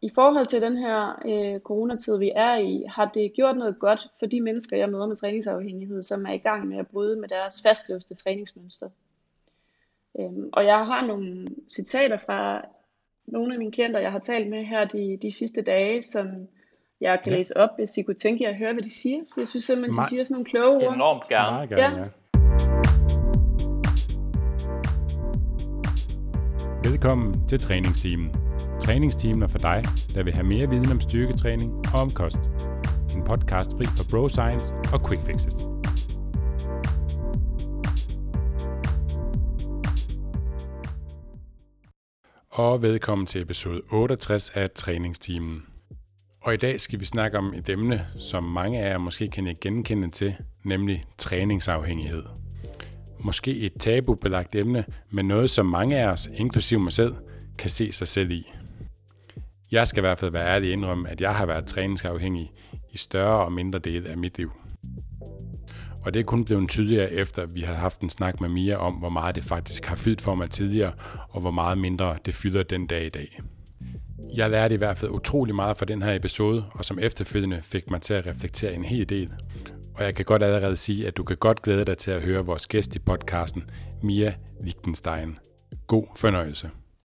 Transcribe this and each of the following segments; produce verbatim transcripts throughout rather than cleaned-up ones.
i forhold til den her øh, coronatid, vi er i, har det gjort noget godt for de mennesker, jeg møder med træningsafhængighed, som er i gang med at bryde med deres fastlåste træningsmønster. Øhm, og jeg har nogle citater fra nogle af mine klienter, jeg har talt med her de, de sidste dage, som jeg kan Ja. læse op, hvis I kunne tænke jer at høre, hvad de siger. For jeg synes simpelthen, de Me- siger sådan nogle kloge ord. Enormt gerne. Meget gerne, Ja. ja. Velkommen til Træningsteamen. Træningsteamen er for dig, der vil have mere viden om styrketræning og om kost. En podcast fri for bro science og quick fixes. Og velkommen til episode otteogtres af Træningsteamen. Og i dag skal vi snakke om et emne, som mange af jer måske kan genkende til, nemlig træningsafhængighed. Måske et tabubelagt emne, men noget som mange af os, inklusive mig selv, kan se sig selv i. Jeg skal i hvert fald være ærlig indrømme, at jeg har været træningsafhængig i større og mindre dele af mit liv. Og det er kun blevet tydeligere efter, at vi har haft en snak med Mia om, hvor meget det faktisk har fyldt for mig tidligere, og hvor meget mindre det fylder den dag i dag. Jeg lærte i hvert fald utrolig meget fra den her episode, og som efterfølgende fik mig til at reflektere en hel del. Og jeg kan godt allerede sige, at du kan godt glæde dig til at høre vores gæst i podcasten, Mia Lichtenstein. God fornøjelse.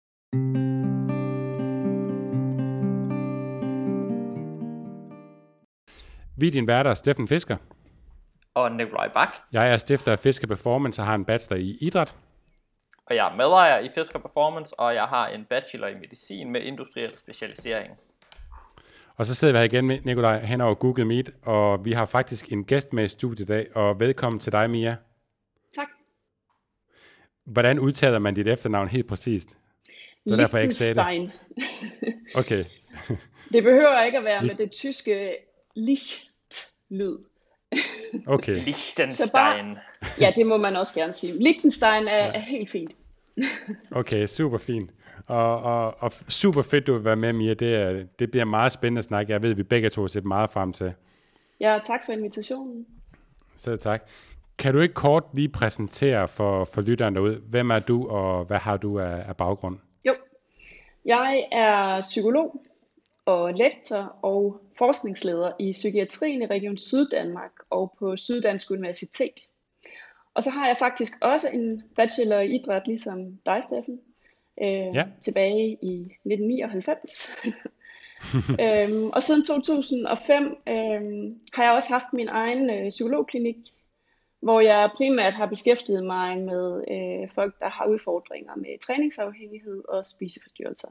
Vi er din værter, Steffen Fisker. Og Nikolaj Bak. Jeg er stifter af Fisker Performance og har en bachelor i idræt. Og jeg er medejer i Fisker Performance, og jeg har en bachelor i medicin med industriel specialisering. Og så sidder vi her igen med Nikolaj hen over Google Meet, og vi har faktisk en gæst med i studiet i dag, og velkommen til dig, Mia. Tak. Hvordan udtaler man dit efternavn helt præcist? Det var derfor, jeg ikke sagde det. Okay. Det behøver ikke at være med det tyske Licht-lyd. Okay. Lichtenstein. Bare, ja, det må man også gerne sige. Lichtenstein er, ja. er helt fint. Okay, super fint. Og, og, og super fedt, du vil være med, Mia. Det, er, det bliver meget spændende at snakke. Jeg ved, at vi begge to har set meget frem til. Ja, tak for invitationen. Så tak. Kan du ikke kort lige præsentere for, for lytteren derude, hvem er du, og hvad har du af, af baggrund? Jo, jeg er psykolog og lektor og forskningsleder i psykiatrien i Region Syddanmark og på Syddansk Universitet. Og så har jeg faktisk også en bachelor i idræt, ligesom dig, Steffen, øh, ja. tilbage i nitten nioghalvfems. øhm, og siden to tusind og fem øh, har jeg også haft min egen øh, psykologklinik, hvor jeg primært har beskæftiget mig med øh, folk, der har udfordringer med træningsafhængighed og spiseforstyrrelser.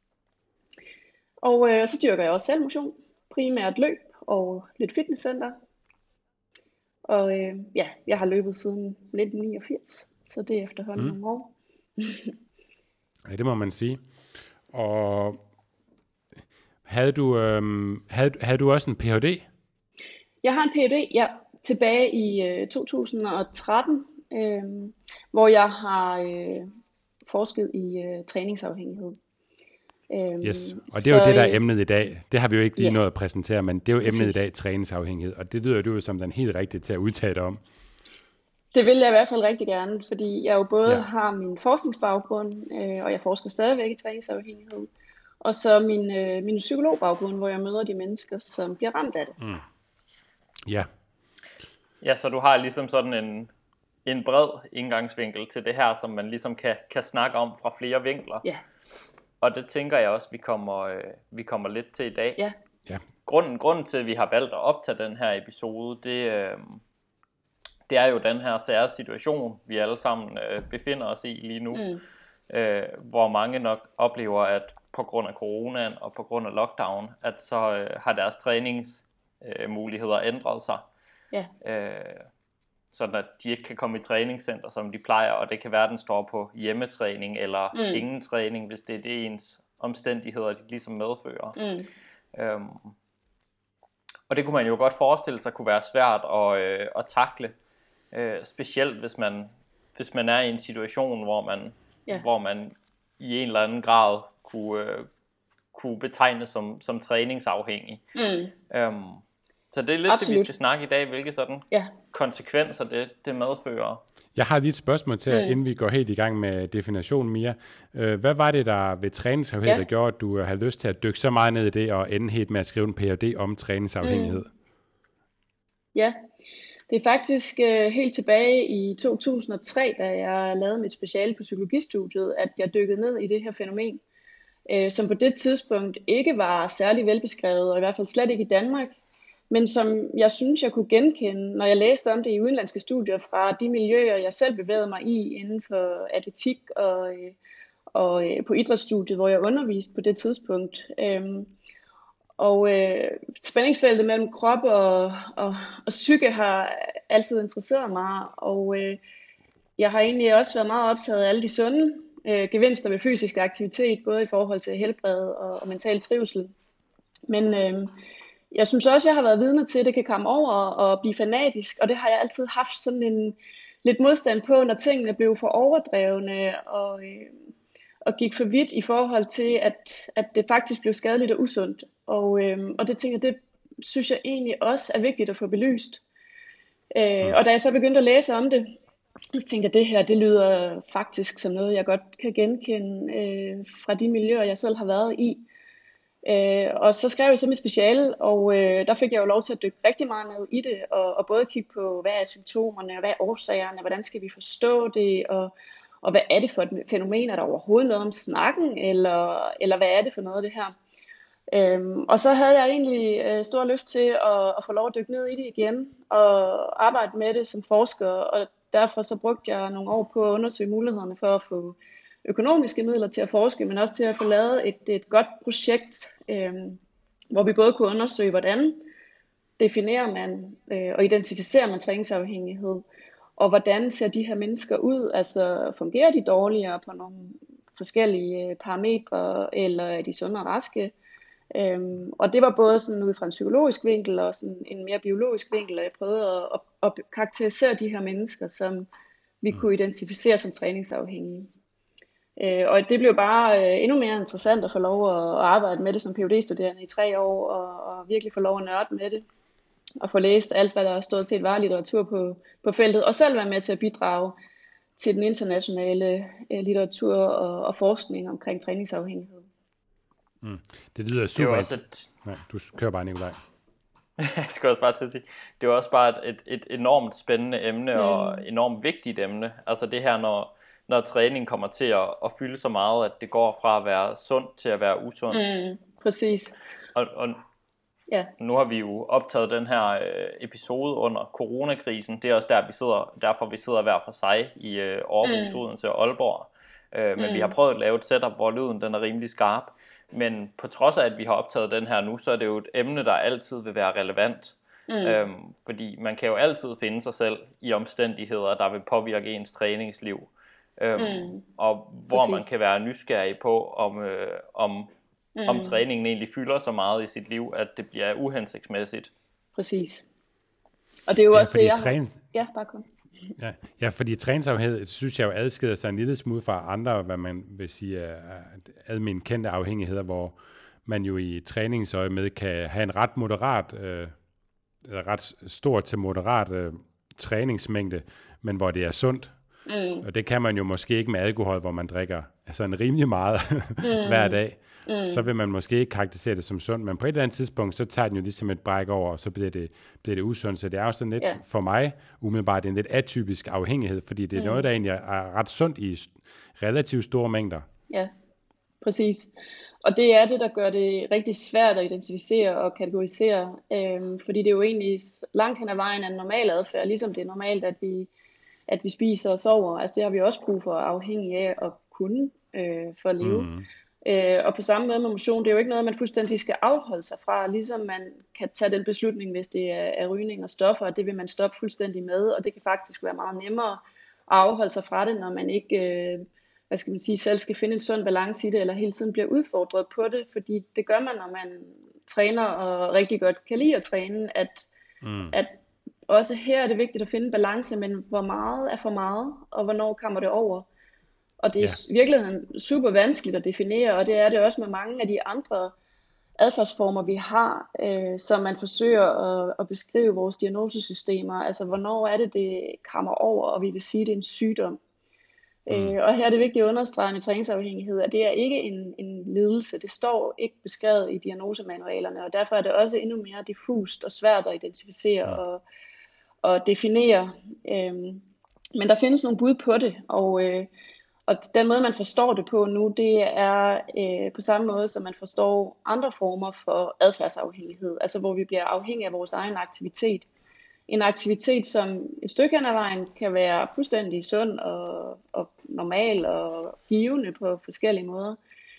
Og øh, så dyrker jeg også selv motion, primært løb og lidt fitnesscenter. Og øh, ja, jeg har løbet siden nitten niogfirs, så det er efterhånden mm. nogle år. Ja, det må man sige. Og havde du, øhm, havde, havde du også en P H D? Jeg har en P H D, ja, tilbage i øh, to tusind og tretten, øh, hvor jeg har øh, forsket i øh, træningsafhængighed. Yes, og det er så, jo det, der er emnet i dag. Det har vi jo ikke lige yeah. nået at præsentere, men det er jo emnet Præcis. i dag, træningsafhængighed. Og det lyder du som den helt rigtige til at udtale om. Det vil jeg i hvert fald rigtig gerne, fordi jeg jo både ja. har min forskningsbaggrund, øh, og jeg forsker stadigvæk i træningsafhængighed, og så min, øh, min psykologbaggrund, hvor jeg møder de mennesker, som bliver ramt af det. Mm. Ja. Ja, så du har ligesom sådan en, en bred indgangsvinkel til det her, som man ligesom kan, kan snakke om fra flere vinkler. Ja. Og det tænker jeg også, vi kommer, øh, vi kommer lidt til i dag. Ja. Ja. Grunden, grunden til, at vi har valgt at optage den her episode, det, øh, det er jo den her sære situation, vi alle sammen øh, befinder os i lige nu. Mm. Øh, hvor mange nok oplever, at på grund af coronaen og på grund af lockdown, at så øh, har deres træningsmuligheder øh, ændret sig. Ja. Øh, sådan at de ikke kan komme i træningscenter, som de plejer, og det kan være, at den står på hjemmetræning eller mm. ingen træning, hvis det er det ens omstændigheder, de ligesom medfører. Mm. Øhm, og det kunne man jo godt forestille sig kunne være svært at, øh, at takle, øh, specielt hvis man, hvis man er i en situation, hvor man, yeah. hvor man i en eller anden grad kunne, øh, kunne betegnes som, som træningsafhængig. Mm. Øhm, Så det er lidt Absolut. det, vi skal snakke i dag, hvilke sådan ja. konsekvenser det, det medfører. Jeg har lige et spørgsmål til jer, mm. inden vi går helt i gang med definitionen, Mia. Hvad var det, der ved træningsafhængighed, ja. der gjorde, at du havde lyst til at dykke så meget ned i det, og ende helt med at skrive en P H D om træningsafhængighed? Mm. Ja, det er faktisk uh, helt tilbage i to tusind og tre, da jeg lavede mit speciale på psykologistudiet, at jeg dykkede ned i det her fænomen, uh, som på det tidspunkt ikke var særlig velbeskrevet, og i hvert fald slet ikke i Danmark, men som jeg synes, jeg kunne genkende, når jeg læste om det i udenlandske studier fra de miljøer, jeg selv bevægede mig i inden for atletik og, og på idrætsstudiet, hvor jeg underviste på det tidspunkt. Og øh, spændingsfeltet mellem krop og, og, og psyke har altid interesseret mig, og øh, jeg har egentlig også været meget optaget af alle de sunde øh, gevinster ved fysisk aktivitet, både i forhold til helbred og, og mental trivsel. Men øh, jeg synes også, jeg har været vidne til, at det kan komme over og blive fanatisk, og det har jeg altid haft sådan en lidt modstand på, når tingene blev for overdrevne og, øh, og gik for vidt i forhold til, at, at det faktisk blev skadeligt og usundt. Og, øh, og det tænker, det synes jeg egentlig også er vigtigt at få belyst. Øh, og da jeg så begyndte at læse om det, så tænkte jeg, at det her, det lyder faktisk som noget, jeg godt kan genkende øh, fra de miljøer, jeg selv har været i. Øh, og så skrev jeg så mit speciale, og øh, der fik jeg jo lov til at dykke rigtig meget ned i det, og, og både kigge på, hvad er symptomerne, og hvad er årsagerne, hvordan skal vi forstå det, og, og hvad er det for et fænomen, er der overhovedet noget om snakken, eller, eller hvad er det for noget af det her. Øhm, og så havde jeg egentlig øh, stor lyst til at, at få lov at dykke ned i det igen, og arbejde med det som forsker, og derfor så brugte jeg nogle år på at undersøge mulighederne for at få økonomiske midler til at forske, men også til at få lavet et, et godt projekt, øh, hvor vi både kunne undersøge, hvordan definerer man øh, og identificerer man træningsafhængighed, og hvordan ser de her mennesker ud, altså fungerer de dårligere på nogle forskellige parametre, eller er de sunde og raske. Øhm, og det var både sådan ud fra en psykologisk vinkel og sådan en mere biologisk vinkel, og jeg prøvede at, at, at karakterisere de her mennesker, som vi kunne identificere som træningsafhængige. Øh, og det blev bare øh, endnu mere interessant at få lov at, at arbejde med det som P H D-studerende i tre år, og, og virkelig få lov at nørde med det, og få læst alt, hvad der stort set var litteratur på, på feltet, og selv være med til at bidrage til den internationale øh, litteratur og, og forskning omkring træningsafhængighed. Mm. Det lyder super. Det også et... Nej, du kører bare, Nikolaj. Jeg skal også bare til at sige, det er også bare et, et, et enormt spændende emne, mm. og enormt vigtigt emne. Altså det her, når, når træning kommer til at, at fylde så meget, at det går fra at være sundt til at være usundt. Mm, præcis. Og, og ja. Nu har vi jo optaget den her øh, episode under coronakrisen. Det er også der, vi sidder, derfor vi sidder hver for sig i øh, Aarhus, mm. Odense og Aalborg. Øh, men mm. vi har prøvet at lave et setup, hvor lyden den er rimelig skarp. Men på trods af, at vi har optaget den her nu, så er det jo et emne, der altid vil være relevant. Mm. Øhm, fordi man kan jo altid finde sig selv i omstændigheder, der vil påvirke ens træningsliv. Øhm, mm. Og hvor Præcis. Man kan være nysgerrig på, om, øh, om, mm. om træningen egentlig fylder så meget i sit liv, at det bliver uhensigtsmæssigt. Præcis. Og det er jo ja, også det, jeg træning... har... Ja, bare kom. Ja, ja, fordi træningsafhængighed, synes jeg jo adskiller sig en lille smule fra andre, hvad man vil sige er almen kendte afhængigheder, hvor man jo i træningsøje med kan have en ret moderat, øh, ret stor til moderat øh, træningsmængde, men hvor det er sundt. Mm. Og det kan man jo måske ikke med alkohol, hvor man drikker altså en rimelig meget mm. hver dag. Mm. Så vil man måske ikke karakterisere det som sundt, men på et eller andet tidspunkt, så tager den jo ligesom et bræk over, og så bliver det, bliver det usundt. Så det er jo sådan lidt, yeah. for mig, umiddelbart en lidt atypisk afhængighed, fordi det er mm. noget, der egentlig er ret sundt i relativt store mængder. Ja, præcis. Og det er det, der gør det rigtig svært at identificere og kategorisere, øhm, fordi det er jo egentlig langt hen ad vejen en normal adfærd, ligesom det er normalt, at vi, at vi spiser og sover. Altså det har vi også brug for afhængig af at kunne øh, for at leve. Mm. Øh, og på samme måde med motion, det er jo ikke noget, man fuldstændig skal afholde sig fra, ligesom man kan tage den beslutning, hvis det er, er rygning og stoffer, og det vil man stoppe fuldstændig med, og det kan faktisk være meget nemmere at afholde sig fra det, når man ikke, øh, hvad skal man sige, selv skal finde en sund balance i det, eller hele tiden bliver udfordret på det, fordi det gør man, når man træner og rigtig godt kan lide at træne, at, mm. at også her er det vigtigt at finde balance, men hvor meget er for meget, og hvornår kommer det over. Og det er i ja. virkeligheden super vanskeligt at definere, og det er det også med mange af de andre adfærdsformer, vi har, øh, som man forsøger at, at beskrive vores diagnosesystemer. Altså, hvornår er det, det kammer over, og vi vil sige, at det er en sygdom. Mm. Øh, og her er det vigtigt at understrege med træningsafhængighed, at det er ikke en, en lidelse. Det står ikke beskrevet i diagnosemanualerne, og derfor er det også endnu mere diffust og svært at identificere mm. og, og definere. Øh, men der findes nogle bud på det, og øh, Og den måde, man forstår det på nu, det er øh, på samme måde, som man forstår andre former for adfærdsafhængighed. Altså hvor vi bliver afhængige af vores egen aktivitet. En aktivitet, som et stykke hen ad vejen kan være fuldstændig sund og, og normal og givende på forskellige måder.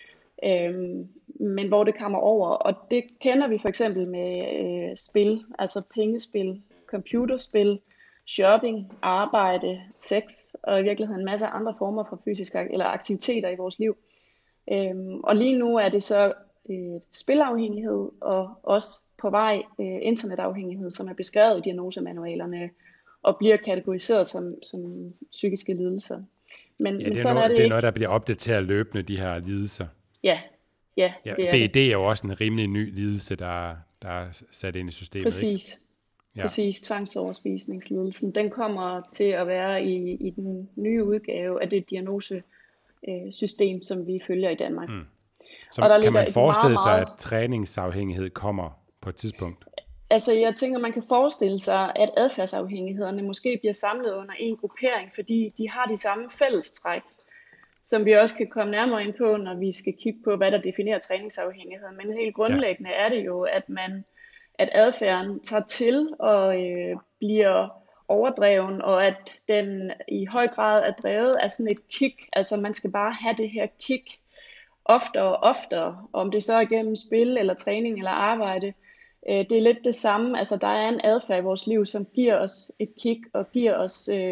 Øhm, men hvor det kommer over. Og det kender vi for eksempel med øh, spil, altså pengespil, computerspil, shopping, arbejde, sex og i virkeligheden en masse andre former for fysiske eller aktiviteter i vores liv. Øhm, og lige nu er det så øh, spilafhængighed og også på vej øh, internetafhængighed, som er beskrevet i diagnosemanualerne og bliver kategoriseret som, som psykiske lidelser. Men, ja, men det, er sådan noget, er det, det er ikke. noget, der bliver opdateret løbende, de her lidelser. Ja, ja, ja det er B D det. er jo også en rimelig ny lidelse, der, der er sat ind i systemet. Præcis. Ikke? Ja. Præcis, tvangsoverspisningslidelsen, den kommer til at være i, i den nye udgave af det diagnosesystem, som vi følger i Danmark. Mm. Så og der kan man forestille meget, sig, meget... at træningsafhængighed kommer på et tidspunkt? Altså jeg tænker, man kan forestille sig, at adfærdsafhængighederne måske bliver samlet under en gruppering, fordi de har de samme fællestræk, som vi også kan komme nærmere ind på, når vi skal kigge på, hvad der definerer træningsafhængighed. Men helt grundlæggende ja. er det jo, at man at adfærden tager til og øh, bliver overdreven, og at den i høj grad er drevet af sådan et kick. Altså man skal bare have det her kick oftere og oftere, om det så er gennem spil eller træning eller arbejde. Øh, det er lidt det samme. Altså der er en adfærd i vores liv, som giver os et kick og giver os øh,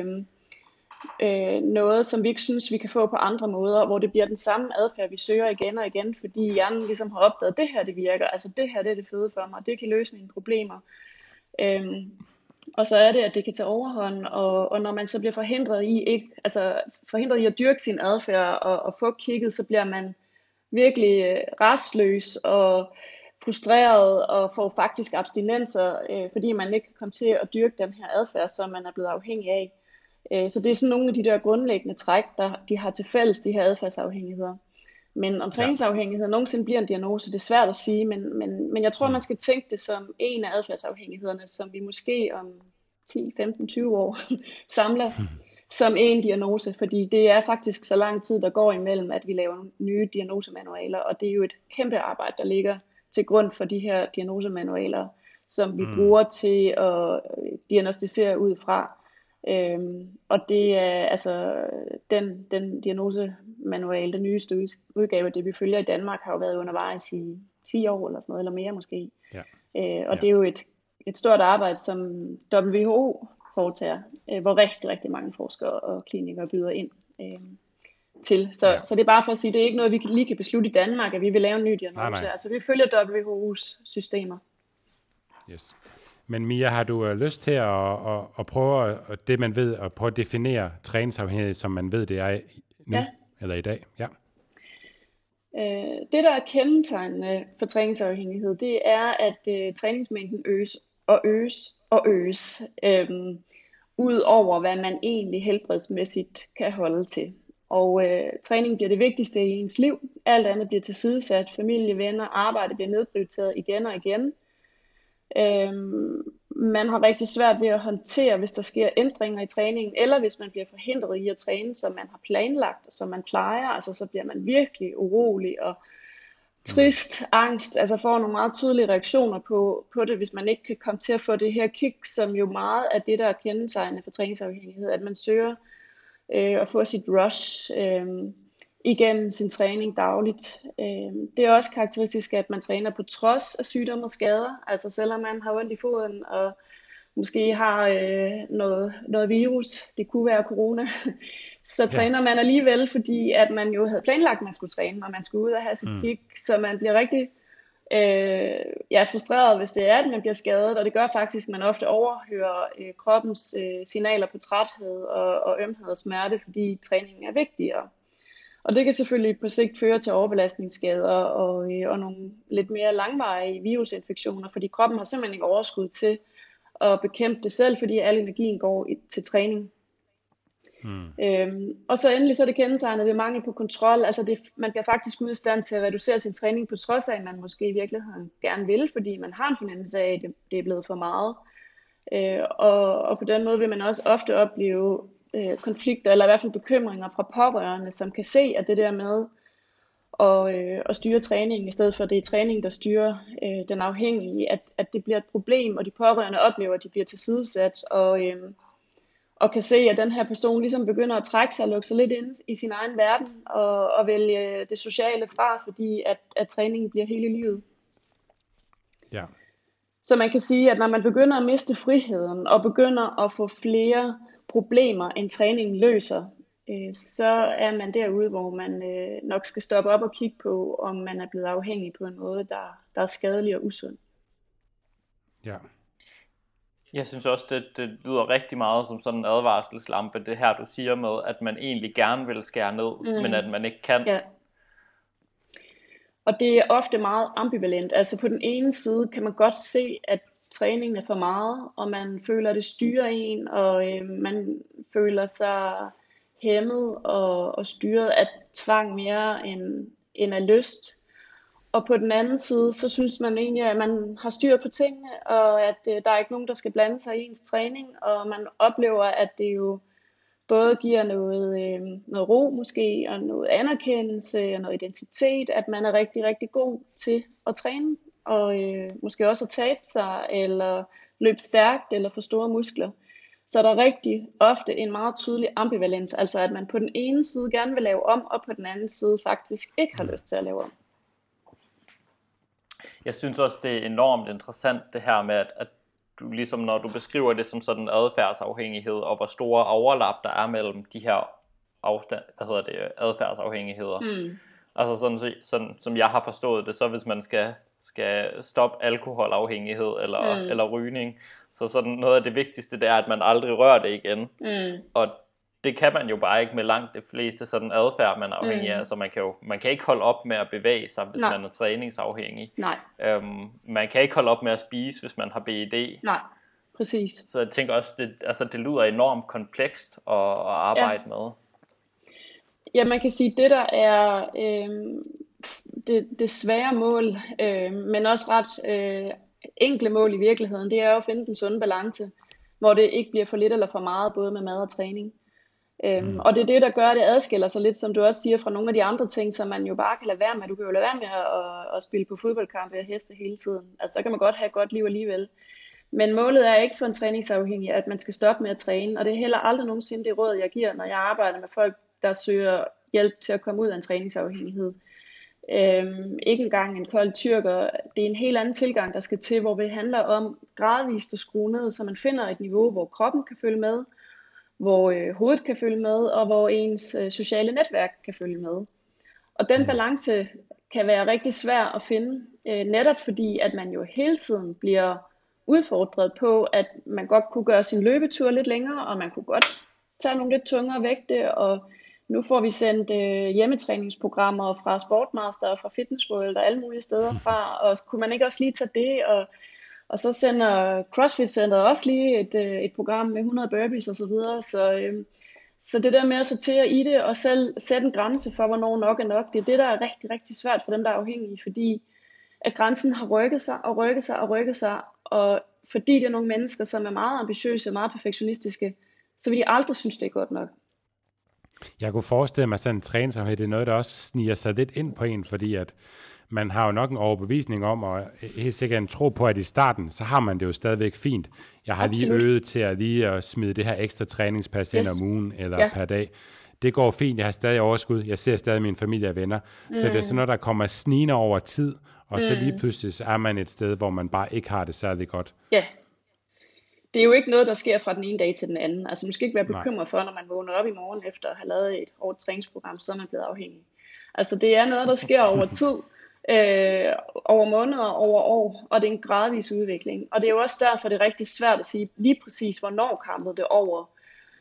øh, noget, som vi ikke synes, vi kan få på andre måder, hvor det bliver den samme adfærd, vi søger igen og igen, fordi hjernen ligesom har opdaget, at det her det virker, altså det her det er det fede for mig, det kan løse mine problemer. Øhm, og så er det, at det kan tage overhånd, og, og når man så bliver forhindret i, ikke, altså forhindret i at dyrke sin adfærd og, og få kigget, så bliver man virkelig rastløs og frustreret og får faktisk abstinenser, øh, fordi man ikke kan komme til at dyrke den her adfærd, som man er blevet afhængig af. Så det er sådan nogle af de der grundlæggende træk, der de har til fælles, de her adfærdsafhængigheder. Men om træningsafhængighed nogensinde bliver en diagnose, det er svært at sige, men, men, men jeg tror, man skal tænke det som en af adfærdsafhængighederne, som vi måske om ti, femten, tyve år samler som en diagnose, fordi det er faktisk så lang tid, der går imellem, at vi laver nye diagnosemanualer, og det er jo et kæmpe arbejde, der ligger til grund for de her diagnosemanualer, som vi mm. bruger til at diagnostisere ud fra. Øhm, og det er altså den, den diagnosemanual, den nyeste udgave, det vi følger i Danmark, har jo været undervejs i ti år eller sådan noget, eller mere måske. Ja. Øh, og ja. det er jo et, et stort arbejde, som W H O foretager, øh, hvor rigtig, rigtig mange forskere og klinikere byder ind øh, til. Så, ja. så det er bare for at sige, det er ikke noget, vi lige kan beslutte i Danmark, at vi vil lave en ny diagnose. Nej, nej. Altså vi følger W H O's systemer. Yes. Men Mia, har du uh, lyst til at, at, at prøve at, det, man ved, at prøve at definere træningsafhængighed, som man ved, det er nu, ja. eller i dag? Ja. Øh, det, der er kendetegnende for træningsafhængighed, det er, at øh, træningsmængden øges og øges og øges, øh, ud over hvad man egentlig helbredsmæssigt kan holde til. Og øh, træning bliver det vigtigste i ens liv. Alt andet bliver tilsidesat. Familie, venner, arbejde bliver nedprioriteret igen og igen. Øhm, man har rigtig svært ved at håndtere, hvis der sker ændringer i træningen, eller hvis man bliver forhindret i at træne, som man har planlagt, og som man plejer, altså så bliver man virkelig urolig og trist, angst, altså får nogle meget tydelige reaktioner på, på det, hvis man ikke kan komme til at få det her kick, som jo meget af det, der er kendetegnende for træningsafhængighed, at man søger øh, at få sit rush øh, igennem sin træning dagligt. Det er også karakteristisk, at man træner på trods af sygdomme og skader. Altså selvom man har ondt i foden og måske har øh, noget, noget virus, det kunne være corona, så træner ja. man alligevel, fordi at man jo havde planlagt, at man skulle træne, og man skulle ud og have sit mm. kick, så man bliver rigtig øh, ja, frustreret, hvis det er, at man bliver skadet, og det gør faktisk, at man ofte overhører øh, kroppens øh, signaler på træthed og, og ømhed og smerte, fordi træningen er vigtigere. Og det kan selvfølgelig på sigt føre til overbelastningsskader og, øh, og nogle lidt mere langvarige virusinfektioner, fordi kroppen har simpelthen ikke overskud til at bekæmpe det selv, fordi al energien går i, til træning. Mm. Øhm, og så endelig så er det kendetegnet ved mangel på kontrol. Altså det, man bliver faktisk ude i stand til at reducere sin træning på trods af, at man måske i virkeligheden gerne vil, fordi man har en fornemmelse af, at det, det er blevet for meget. Øh, og, og på den måde vil man også ofte opleve øh, konflikter, eller i hvert fald bekymringer fra pårørende, som kan se, at det der med at, øh, at styre træningen, i stedet for at det er træning, der styrer øh, den afhængige, at, at det bliver et problem, og de pårørende oplever, at de bliver tilsidesat, og, øh, og kan se, at den her person ligesom begynder at trække sig og lukke sig lidt ind i sin egen verden, og, og vælge det sociale fra, fordi at, at træningen bliver hele livet. Ja. Så man kan sige, at når man begynder at miste friheden, og begynder at få flere problemer, end træningen løser, øh, så er man derude, hvor man øh, nok skal stoppe op og kigge på, om man er blevet afhængig på en måde, der, der er skadelig og usund. Ja. Jeg synes også, det, det lyder rigtig meget som sådan en advarselslampe, det her du siger med, at man egentlig gerne vil skære ned, mm. men at man ikke kan. Ja. Og det er ofte meget ambivalent. Altså på den ene side kan man godt se, at træningen er for meget, og man føler, at det styrer en, og øh, man føler sig hæmmet og, og styret af tvang mere end, end af lyst. Og på den anden side, så synes man egentlig, at man har styr på tingene, og at øh, der er ikke nogen, der skal blande sig i ens træning, og man oplever, at det jo både giver noget, øh, noget ro måske, og noget anerkendelse, og noget identitet, at man er rigtig, rigtig god til at træne, og øh, måske også at tabe sig, eller løbe stærkt, eller få store muskler. Så der er rigtig ofte en meget tydelig ambivalens, altså at man på den ene side gerne vil lave om, og på den anden side faktisk ikke har lyst til at lave om. Jeg synes også, det er enormt interessant det her med, at, at du ligesom, når du beskriver det som sådan en adfærdsafhængighed, og hvor store overlap der er mellem de her afstand, hvad hedder det, adfærdsafhængigheder. Mm. Altså sådan, sådan, som jeg har forstået det, så hvis man skal, skal stoppe alkoholafhængighed eller, mm. eller rygning, så sådan noget af det vigtigste, det er, at man aldrig rører det igen. Mm. Og det kan man jo bare ikke med langt det fleste sådan adfærd, man er afhængig af. Mm. Så man kan jo man kan ikke holde op med at bevæge sig, hvis Nej. man er træningsafhængig. Nej. Øhm, man kan ikke holde op med at spise, hvis man har B E D. Nej, præcis. Så jeg tænker også, det, altså, det lyder enormt komplekst at, at arbejde ja. med. Ja, man kan sige, det der er øh, det, det svære mål, øh, men også ret øh, enkle mål i virkeligheden, det er jo at finde den sunde balance, hvor det ikke bliver for lidt eller for meget, både med mad og træning. Øhm, mm. Og det er det, der gør, at det adskiller sig lidt, som du også siger, fra nogle af de andre ting, som man jo bare kan lade være med. Du kan jo lade være med at, at, at spille på fodboldkampe og heste hele tiden. Altså, så kan man godt have et godt liv alligevel. Men målet er ikke for en træningsafhængig, at man skal stoppe med at træne. Og det er heller aldrig nogensinde det råd, jeg giver, når jeg arbejder med folk, der søger hjælp til at komme ud af en træningsafhængighed. Øhm, ikke engang en kold tyrker. Det er en helt anden tilgang, der skal til, hvor det handler om gradvist at skrue ned, så man finder et niveau, hvor kroppen kan følge med, hvor øh, hovedet kan følge med, og hvor ens øh, sociale netværk kan følge med. Og den balance kan være rigtig svær at finde, øh, netop fordi, at man jo hele tiden bliver udfordret på, at man godt kunne gøre sin løbetur lidt længere, og man kunne godt tage nogle lidt tungere vægte, og nu får vi sendt øh, hjemmetræningsprogrammer fra Sportmaster og fra Fitness World og alle mulige steder fra, og kunne man ikke også lige tage det, og Og så sender CrossFit Centeret også lige et, et program med hundrede burpees og så videre. Så, øh, så det der med at sortere i det og selv sætte en grænse for, hvornår nok er nok, det er det, der er rigtig, rigtig svært for dem, der er afhængige. Fordi at grænsen har rykket sig og rykket sig og rykket sig. Og fordi det er nogle mennesker, som er meget ambitiøse og meget perfektionistiske, så vil de aldrig synes, det er godt nok. Jeg kunne forestille mig, at sådan en træningsafhængighed, det er noget, der også sniger sig lidt ind på en, fordi at man har jo nok en overbevisning om, og helt sikkert en tro på, at i starten, så har man det jo stadigvæk fint. Jeg har Absolut. lige øvet til at lige at smide det her ekstra træningspas yes. ind om ugen eller ja. per dag. Det går fint, jeg har stadig overskud, jeg ser stadig min familie og venner. Mm. Så det er sådan noget, der kommer snigende over tid, og mm. så lige pludselig så er man et sted, hvor man bare ikke har det særlig godt. Ja, det er jo ikke noget, der sker fra den ene dag til den anden. Altså man skal ikke være bekymret for, når man vågner op i morgen efter at have lavet et hårdt træningsprogram, så er man blevet afhængig. Altså det er noget, der sker over tid. Øh, over måneder, over år, og det er en gradvis udvikling. Og det er jo også derfor, det er rigtig svært at sige lige præcis, hvornår kampede det over.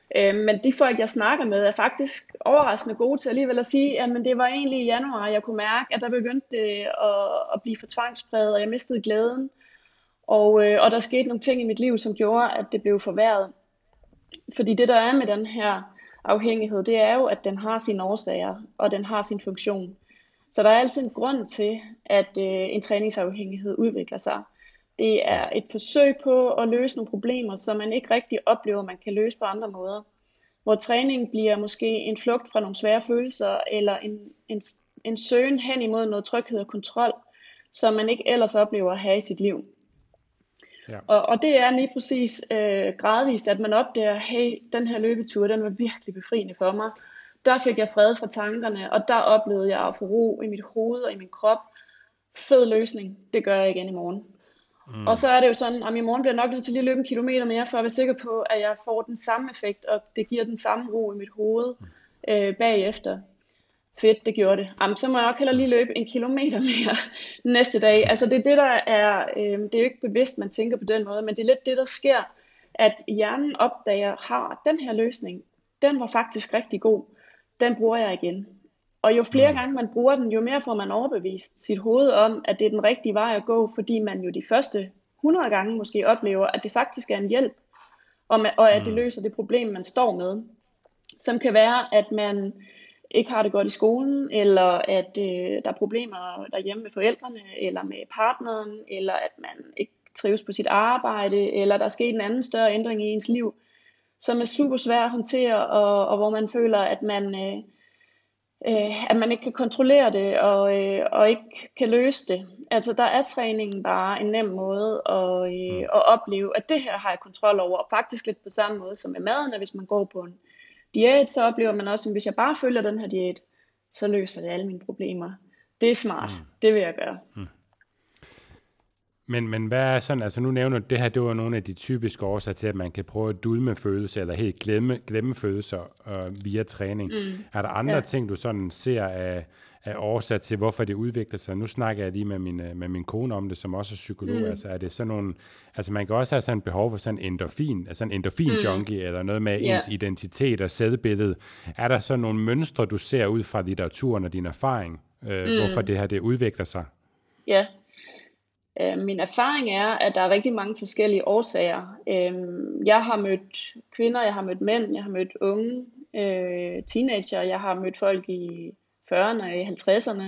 Øh, men de folk, jeg snakker med, er faktisk overraskende gode til alligevel at sige, at det var egentlig i januar, jeg kunne mærke, at der begyndte det at, at blive for tvangspræget, og jeg mistede glæden. Og, øh, og der skete nogle ting i mit liv, som gjorde, at det blev forværret. Fordi det, der er med den her afhængighed, det er jo, at den har sine årsager, og den har sin funktion. Så der er altid en grund til, at øh, en træningsafhængighed udvikler sig. Det er et forsøg på at løse nogle problemer, som man ikke rigtig oplever, man kan løse på andre måder. Hvor træning bliver måske en flugt fra nogle svære følelser, eller en, en, en søgen hen imod noget tryghed og kontrol, som man ikke ellers oplever at have i sit liv. Ja. Og, og det er lige præcis øh, gradvist, at man opdager, hey, den her løbetur, den var virkelig befriende for mig. Der fik jeg fred fra tankerne, og der oplevede jeg at få ro i mit hoved og i min krop. Fed løsning, det gør jeg igen i morgen. Mm. Og så er det jo sådan, at i morgen bliver jeg nok nødt til lige at løbe en kilometer mere, for at være sikker på, at jeg får den samme effekt, og det giver den samme ro i mit hoved øh, bagefter. Fedt, det gjorde det. Jamen, så må jeg også heller lige løbe en kilometer mere næste dag. Altså det er det, der er, øh, det er jo ikke bevidst, man tænker på den måde, men det er lidt det, der sker, at hjernen opdager, har den her løsning, den var faktisk rigtig god, den bruger jeg igen. Og jo flere gange man bruger den, jo mere får man overbevist sit hoved om, at det er den rigtige vej at gå, fordi man jo de første hundrede gange måske oplever, at det faktisk er en hjælp, og, man, og at det løser det problem, man står med. Som kan være, at man ikke har det godt i skolen, eller at øh, der er problemer derhjemme med forældrene, eller med partneren, eller at man ikke trives på sit arbejde, eller der er sket en anden større ændring i ens liv, som er super svær at håndtere, og, og hvor man føler, at man... Øh, at man ikke kan kontrollere det, og, øh, og ikke kan løse det. Altså der er træningen bare en nem måde at, øh, at opleve, at det her har jeg kontrol over, og faktisk lidt på samme måde som med maden, at hvis man går på en diæt, så oplever man også, at hvis jeg bare følger den her diæt, så løser det alle mine problemer. Det er smart, mm. det vil jeg gøre. Mm. Men, men hvad er sådan, altså nu nævner du, det her, det var nogle af de typiske årsager til, at man kan prøve at dulme følelser, eller helt glemme, glemme følelser øh, via træning. Mm. Er der andre ja. ting, du sådan ser af, af årsager til, hvorfor det udvikler sig? Nu snakker jeg lige med min, med min kone om det, som også er psykolog. Mm. Altså er det sådan nogle, altså man kan også have sådan et behov for sådan en endorfin, altså en endorfin-junkie, mm. eller noget med yeah. ens identitet og selvbillede. Er der sådan nogle mønstre, du ser ud fra litteraturen og din erfaring, øh, mm. hvorfor det her, det udvikler sig? Ja. Yeah. Min erfaring er, at der er rigtig mange forskellige årsager. Jeg har mødt kvinder, jeg har mødt mænd, jeg har mødt unge, teenager, jeg har mødt folk i fyrrerne og i halvtredserne.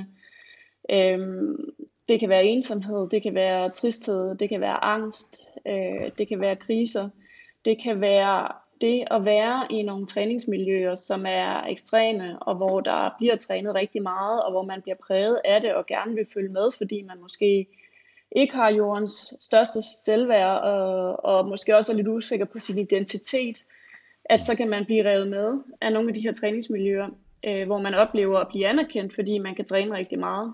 Det kan være ensomhed, det kan være tristhed, det kan være angst, det kan være kriser. Det kan være det at være i nogle træningsmiljøer, som er ekstreme, og hvor der bliver trænet rigtig meget, og hvor man bliver præget af det og gerne vil følge med, fordi man måske ikke har jordens største selvværd, og, og måske også er lidt usikker på sin identitet, at så kan man blive revet med af nogle af de her træningsmiljøer, øh, hvor man oplever at blive anerkendt, fordi man kan træne rigtig meget.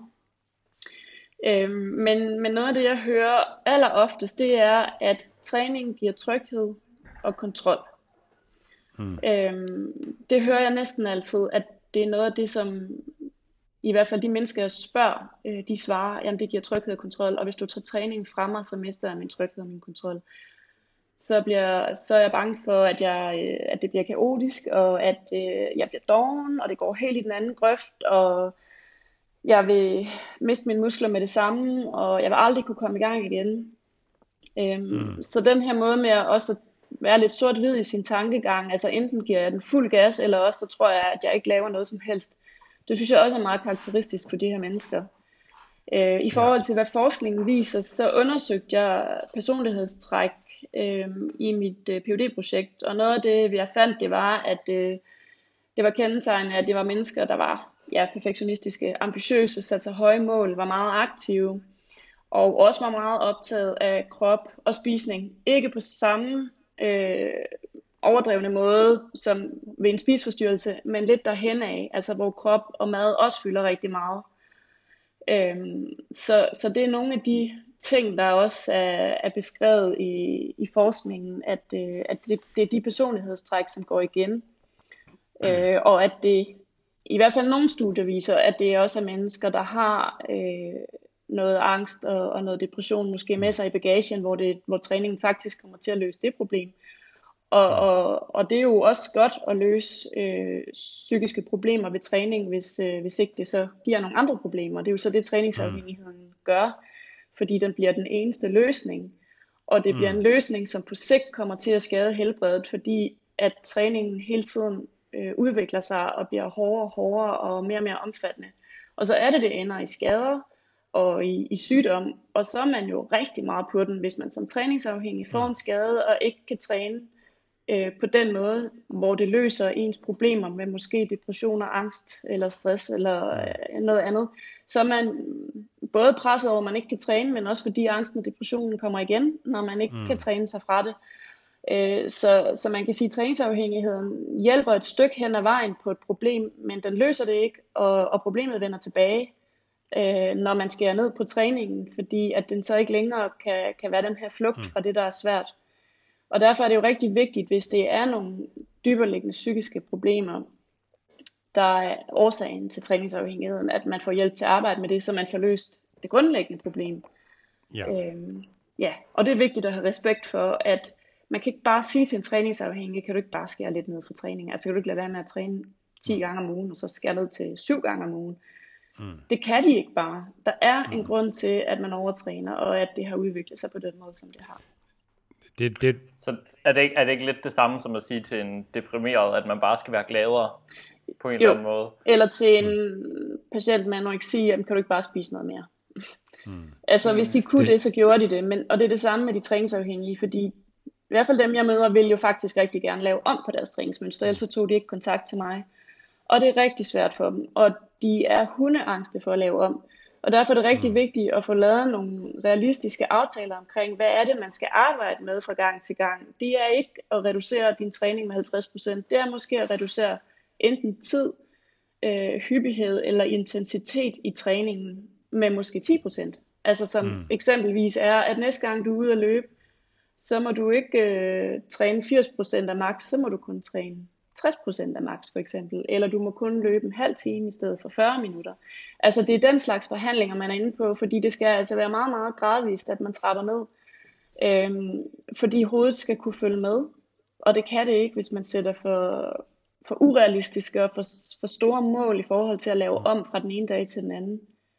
Øh, men, men noget af det, jeg hører alleroftest, det er, at træning giver tryghed og kontrol. Mm. Øh, det hører jeg næsten altid, at det er noget af det, som i hvert fald de mennesker, jeg spørger, de svarer, jamen det giver tryghed og kontrol, og hvis du tager træningen fra mig, så mister jeg min tryghed og min kontrol. Så, bliver, så er jeg bange for, at, jeg, at det bliver kaotisk, og at jeg bliver doven, og det går helt i den anden grøft, og jeg vil miste mine muskler med det samme, og jeg vil aldrig kunne komme i gang igen. Mm. Så den her måde med at også være lidt sort-hvid i sin tankegang, altså enten giver jeg den fuld gas, eller også så tror jeg, at jeg ikke laver noget som helst. Det synes jeg også er meget karakteristisk for de her mennesker. Øh, I forhold til, hvad forskningen viser, så undersøgte jeg personlighedstræk øh, i mit øh, P H D-projekt. Og noget af det, jeg fandt, det var, at øh, det var kendetegnende, at det var mennesker, der var ja, perfektionistiske, ambitiøse, satte sig høje mål, var meget aktive, og også var meget optaget af krop og spisning. Ikke på samme øh, overdrevne måde som ved en spiseforstyrrelse, men lidt derhen af, altså hvor krop og mad også fylder rigtig meget. Øhm, så, så det er nogle af de ting, der også er, er beskrevet i, i forskningen, at, øh, at det, det er de personlighedstræk, som går igen. Øh, og at det, i hvert fald nogle studier viser, at det også er mennesker, der har øh, noget angst og, og noget depression måske med sig i bagagen, hvor, det, hvor træningen faktisk kommer til at løse det problem. Og, og, og det er jo også godt at løse øh, psykiske problemer ved træning, hvis, øh, hvis ikke det så giver nogle andre problemer. Det er jo så det, træningsafhængigheden gør, fordi den bliver den eneste løsning. Og det bliver en løsning, som på sigt kommer til at skade helbredet, fordi at træningen hele tiden øh, udvikler sig og bliver hårdere og hårdere og mere og mere omfattende. Og så er det, det ender i skader og i, i sygdom, og så er man jo rigtig meget på den, hvis man som træningsafhængig får en skade og ikke kan træne øh, på den måde, hvor det løser ens problemer med måske depression og angst eller stress eller øh, noget andet, så er man både presset over, at man ikke kan træne, men også fordi angsten og depressionen kommer igen, når man ikke mm. kan træne sig fra det. Øh, så, så man kan sige, at træningsafhængigheden hjælper et stykke hen ad vejen på et problem, men den løser det ikke, og, og problemet vender tilbage, øh, når man skærer ned på træningen, fordi at den så ikke længere kan, kan være den her flugt mm. fra det, der er svært. Og derfor er det jo rigtig vigtigt, hvis det er nogle dybereliggende psykiske problemer, der er årsagen til træningsafhængigheden, at man får hjælp til at arbejde med det, så man får løst det grundlæggende problem. Ja. Øhm, ja, og det er vigtigt at have respekt for, at man kan ikke bare sige til en træningsafhængig, kan du ikke bare skære lidt ned for træning? Altså kan du ikke lade være med at træne ti gange om ugen, og så skære ned til syv gange om ugen? Mm. Det kan de ikke bare. Der er mm. en grund til, at man overtræner, og at det har udviklet sig på den måde, som det har. Det, det... Så er det, ikke, er det ikke lidt det samme som at sige til en deprimeret, at man bare skal være gladere på en jo. Eller anden måde? Eller til en mm. patient med anoreksi, jamen kan du ikke bare spise noget mere? Mm. Altså hvis de kunne det, det, så gjorde de det. Men, og det er det samme med de træningsafhængige, fordi i hvert fald dem jeg møder, vil jo faktisk rigtig gerne lave om på deres træningsmønster, ellers så tog de ikke kontakt til mig. Og det er rigtig svært for dem, og de er hundeangste for at lave om. Og derfor er det rigtig mm. vigtigt at få lavet nogle realistiske aftaler omkring, hvad er det, man skal arbejde med fra gang til gang. Det er ikke at reducere din træning med halvtreds procent, det er måske at reducere enten tid, øh, hyppighed eller intensitet i træningen med måske ti procent. Altså som mm. eksempelvis er, at næste gang du er ude at løbe, så må du ikke øh, træne firs procent af max, så må du kun træne tres procent af max for eksempel, eller du må kun løbe en halv time i stedet for fyrre minutter. Altså det er den slags forhandlinger, man er inde på, fordi det skal altså være meget, meget gradvist, at man trapper ned, øhm, fordi hovedet skal kunne følge med, og det kan det ikke, hvis man sætter for, for urealistiske og for, for store mål i forhold til at lave om fra den ene dag til den anden.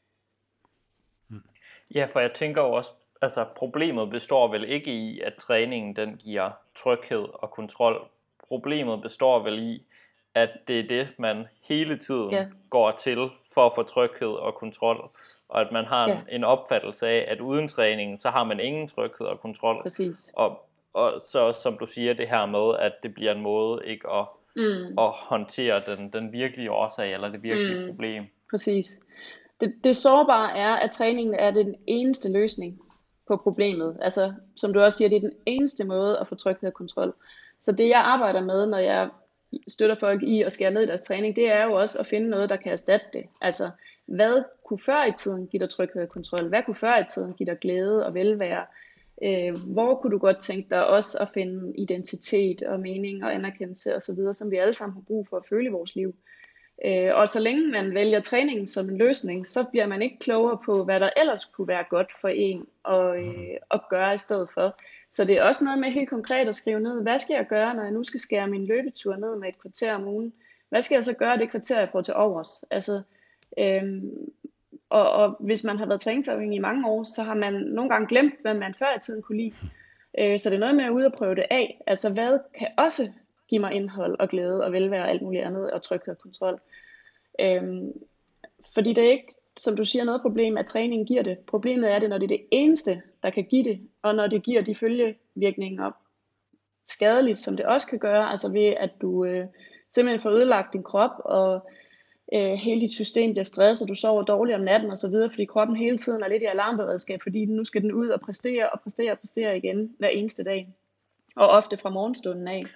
Ja, for jeg tænker jo også, altså problemet består vel ikke i, at træningen den giver tryghed og kontrol. Problemet består vel i, at det er det, man hele tiden yeah. går til for at få tryghed og kontrol. Og at man har en, yeah. en opfattelse af, at uden træningen, så har man ingen tryghed og kontrol. Præcis. Og, og så som du siger, det her med, at det bliver en måde ikke at, mm. at håndtere den, den virkelige årsag eller det virkelige mm. problem. Præcis. Det, det sårbare er, at træningen er den eneste løsning på problemet. Altså, som du også siger, det er den eneste måde at få tryghed og kontrol. Så det jeg arbejder med, når jeg støtter folk i at skære ned i deres træning, det er jo også at finde noget, der kan erstatte det. Altså, hvad kunne før i tiden give dig tryghed og kontrol? Hvad kunne før i tiden give dig glæde og velvære? Øh, hvor kunne du godt tænke dig også at finde identitet og mening og anerkendelse osv., som vi alle sammen har brug for at føle i vores liv? Øh, og så længe man vælger træningen som en løsning, så bliver man ikke klogere på, hvad der ellers kunne være godt for en at, øh, at gøre i stedet for. Så det er også noget med helt konkret at skrive ned, hvad skal jeg gøre, når jeg nu skal skære min løbetur ned med et kvarter om ugen? Hvad skal jeg så gøre det kvarter, jeg får til overs? Altså, øhm, og, og hvis man har været træningsafhængig i mange år, så har man nogle gange glemt, hvad man før i tiden kunne lide. Øh, så det er noget med at ud og prøve det af. Altså, hvad kan også give mig indhold og glæde og velvære og alt muligt andet, og tryghed og kontrol? Øhm, fordi det er ikke, som du siger, noget problem, at træningen giver det. Problemet er det, når det er det eneste, der kan give det, og når det giver de følgevirkninger skadeligt, som det også kan gøre, altså ved at du øh, simpelthen får ødelagt din krop, og øh, hele dit system bliver stresset, og du sover dårligt om natten og så videre, fordi kroppen hele tiden er lidt i alarmberedskab, fordi nu skal den ud og præstere og præstere og præstere igen hver eneste dag, og ofte fra morgenstunden af.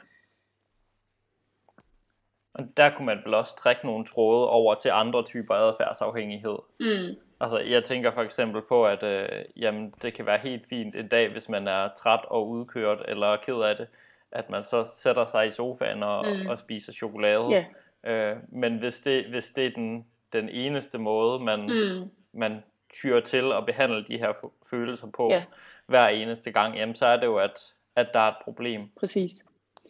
Og der kunne man vel også trække nogle tråde over til andre typer adfærdsafhængighed. Mm. Altså, jeg tænker for eksempel på, at øh, jamen, det kan være helt fint en dag, hvis man er træt og udkørt eller ked af det, at man så sætter sig i sofaen og, mm. og spiser chokolade. Yeah. Øh, men hvis det, hvis det er den, den eneste måde, man, mm. man tyrer til at behandle de her følelser på yeah. hver eneste gang, jamen, så er det jo, at, at der er et problem. Præcis.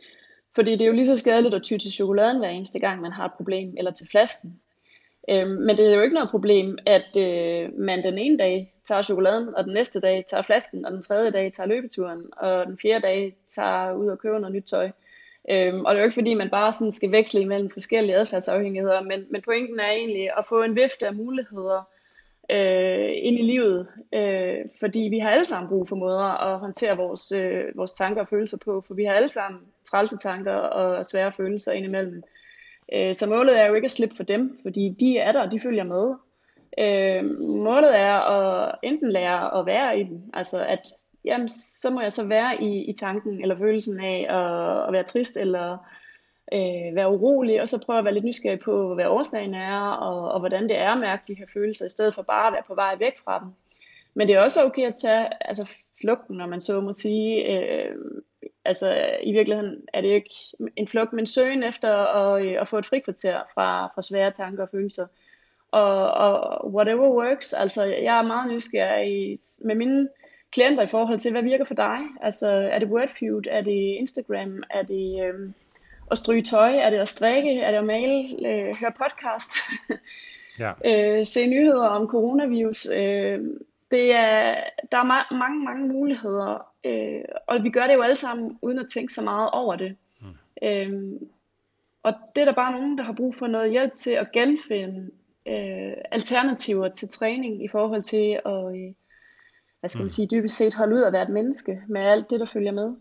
Fordi det er jo lige så skadeligt at ty til chokoladen hver eneste gang, man har et problem, eller til flasken. Øhm, men det er jo ikke noget problem, at øh, man den ene dag tager chokoladen, og den næste dag tager flasken, og den tredje dag tager løbeturen, og den fjerde dag tager ud og køber noget nyt tøj. Øhm, og det er jo ikke fordi, man bare sådan skal veksle imellem forskellige adfærdsafhængigheder, men, men pointen er egentlig at få en vifte af muligheder øh, ind i livet, øh, fordi vi har alle sammen brug for måder at håndtere vores, øh, vores tanker og følelser på, for vi har alle sammen trælse tanker og svære følelser indimellem. Øh, så målet er jo ikke at slippe for dem, fordi de er der, og de følger med. Øh, målet er at enten lære at være i den, altså at jamen, så må jeg så være i, i tanken eller følelsen af at, at være trist eller øh, være urolig, og så prøve at være lidt nysgerrig på, hvad årsagen er, og, og hvordan det er at mærke de her følelser, i stedet for bare at være på vej væk fra dem. Men det er også okay at tage altså, flugten, når man så må sige. Øh, altså i virkeligheden er det ikke en flugt, men søgen efter at, at få et frikvarter fra, fra svære tanker og følelser. Og, og whatever works, altså jeg er meget nysgerrig med mine klienter i forhold til, hvad virker for dig? Altså er det Wordfeud, er det Instagram, er det øh, at stryge tøj, er det at strikke, er det at male, øh, høre podcast, ja. øh, se nyheder om coronavirus. Øh, det er, der er ma- mange, mange muligheder, øh, og vi gør det jo alle sammen, uden at tænke så meget over det. Mm. Øh, og det er der bare nogen, der har brug for noget hjælp til at genfinde øh, alternativer til træning i forhold til at øh, hvad skal man sige, dybest set holde ud at være et menneske med alt det, der følger med.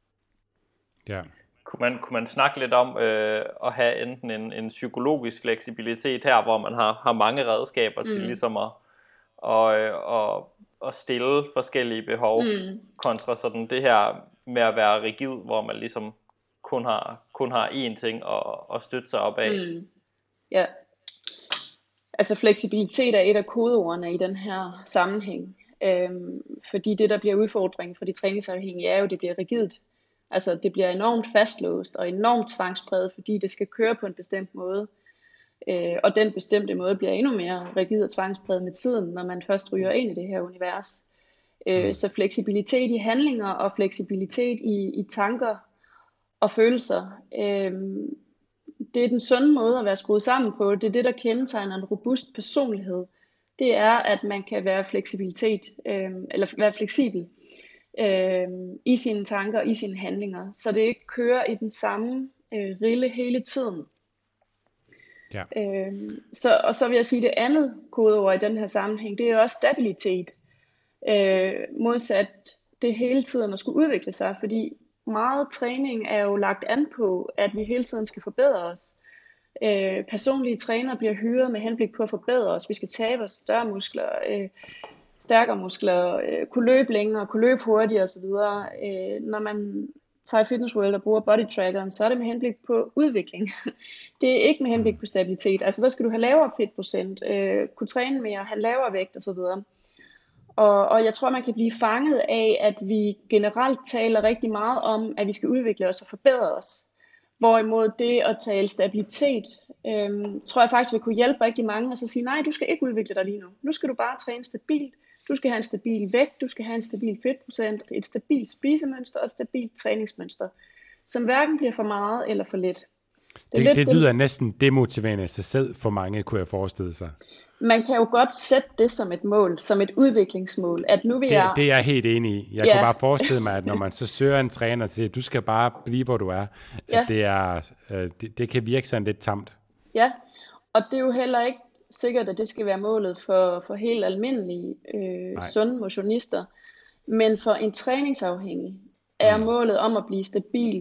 Ja. Kunne man, kunne man snakke lidt om øh, at have enten en, en psykologisk fleksibilitet her, hvor man har, har mange redskaber til mm. ligesom at, og, og, og stille forskellige behov, mm. kontra sådan det her med at være rigid, hvor man ligesom kun har, kun har én ting at, at støtte sig op af. Mm. Ja. Altså fleksibilitet er et af kodeordene i den her sammenhæng. Øhm, fordi det der bliver udfordringen for de træningsafhængige er jo, det bliver rigidt. Altså det bliver enormt fastlåst og enormt tvangspræget, fordi det skal køre på en bestemt måde. Øh, og den bestemte måde bliver endnu mere rigid og tvangspræget med tiden, når man først ryger ind i det her univers. Øh, så fleksibilitet i handlinger og fleksibilitet i, i tanker og følelser, øh, det er den sunde måde at være skruet sammen på. Det er det, der kendetegner en robust personlighed. Det er, at man kan være fleksibilitet, øh, eller være fleksibel øh, i sine tanker og i sine handlinger, så det ikke kører i den samme øh, rille hele tiden. Ja. Øh, så, og så vil jeg sige, det andet kodeord i den her sammenhæng, det er også stabilitet, øh, modsat det hele tiden at skulle udvikle sig, fordi meget træning er jo lagt an på, at vi hele tiden skal forbedre os. Øh, personlige trænere bliver hyret med henblik på at forbedre os. Vi skal tabe os større muskler, øh, stærkere muskler, øh, kunne løbe længere, kunne løbe hurtigere osv. Øh, når man tager i Fitness World og bruger body trackeren, så er det med henblik på udvikling. Det er ikke med henblik på stabilitet. Altså der skal du have lavere fedtprocent, øh, kunne træne mere, have lavere vægt osv. Og, og jeg tror, man kan blive fanget af, at vi generelt taler rigtig meget om, at vi skal udvikle os og forbedre os. Hvorimod det at tale stabilitet, øhm, tror jeg faktisk vil kunne hjælpe rigtig mange, og så sige, nej, du skal ikke udvikle dig lige nu. Nu skal du bare træne stabilt. Du skal have en stabil vægt, du skal have en stabil fedtprocent, et stabilt spisemønster og et stabilt træningsmønster, som hverken bliver for meget eller for lidt. Det, det, det lyder det, næsten demotiverende af sig selv for mange, kunne jeg forestille sig. Man kan jo godt sætte det som et mål, som et udviklingsmål. At nu vil det, jeg... det er jeg helt enig i. Jeg ja. kunne bare forestille mig, at når man så søger en træner og siger, du skal bare blive, hvor du er, ja. at det, er øh, det, det kan virke sådan lidt tamt. Ja, og det er jo heller ikke sikkert, at det skal være målet for, for helt almindelige øh, sunde motionister. Men for en træningsafhængig er mm. målet om at blive stabil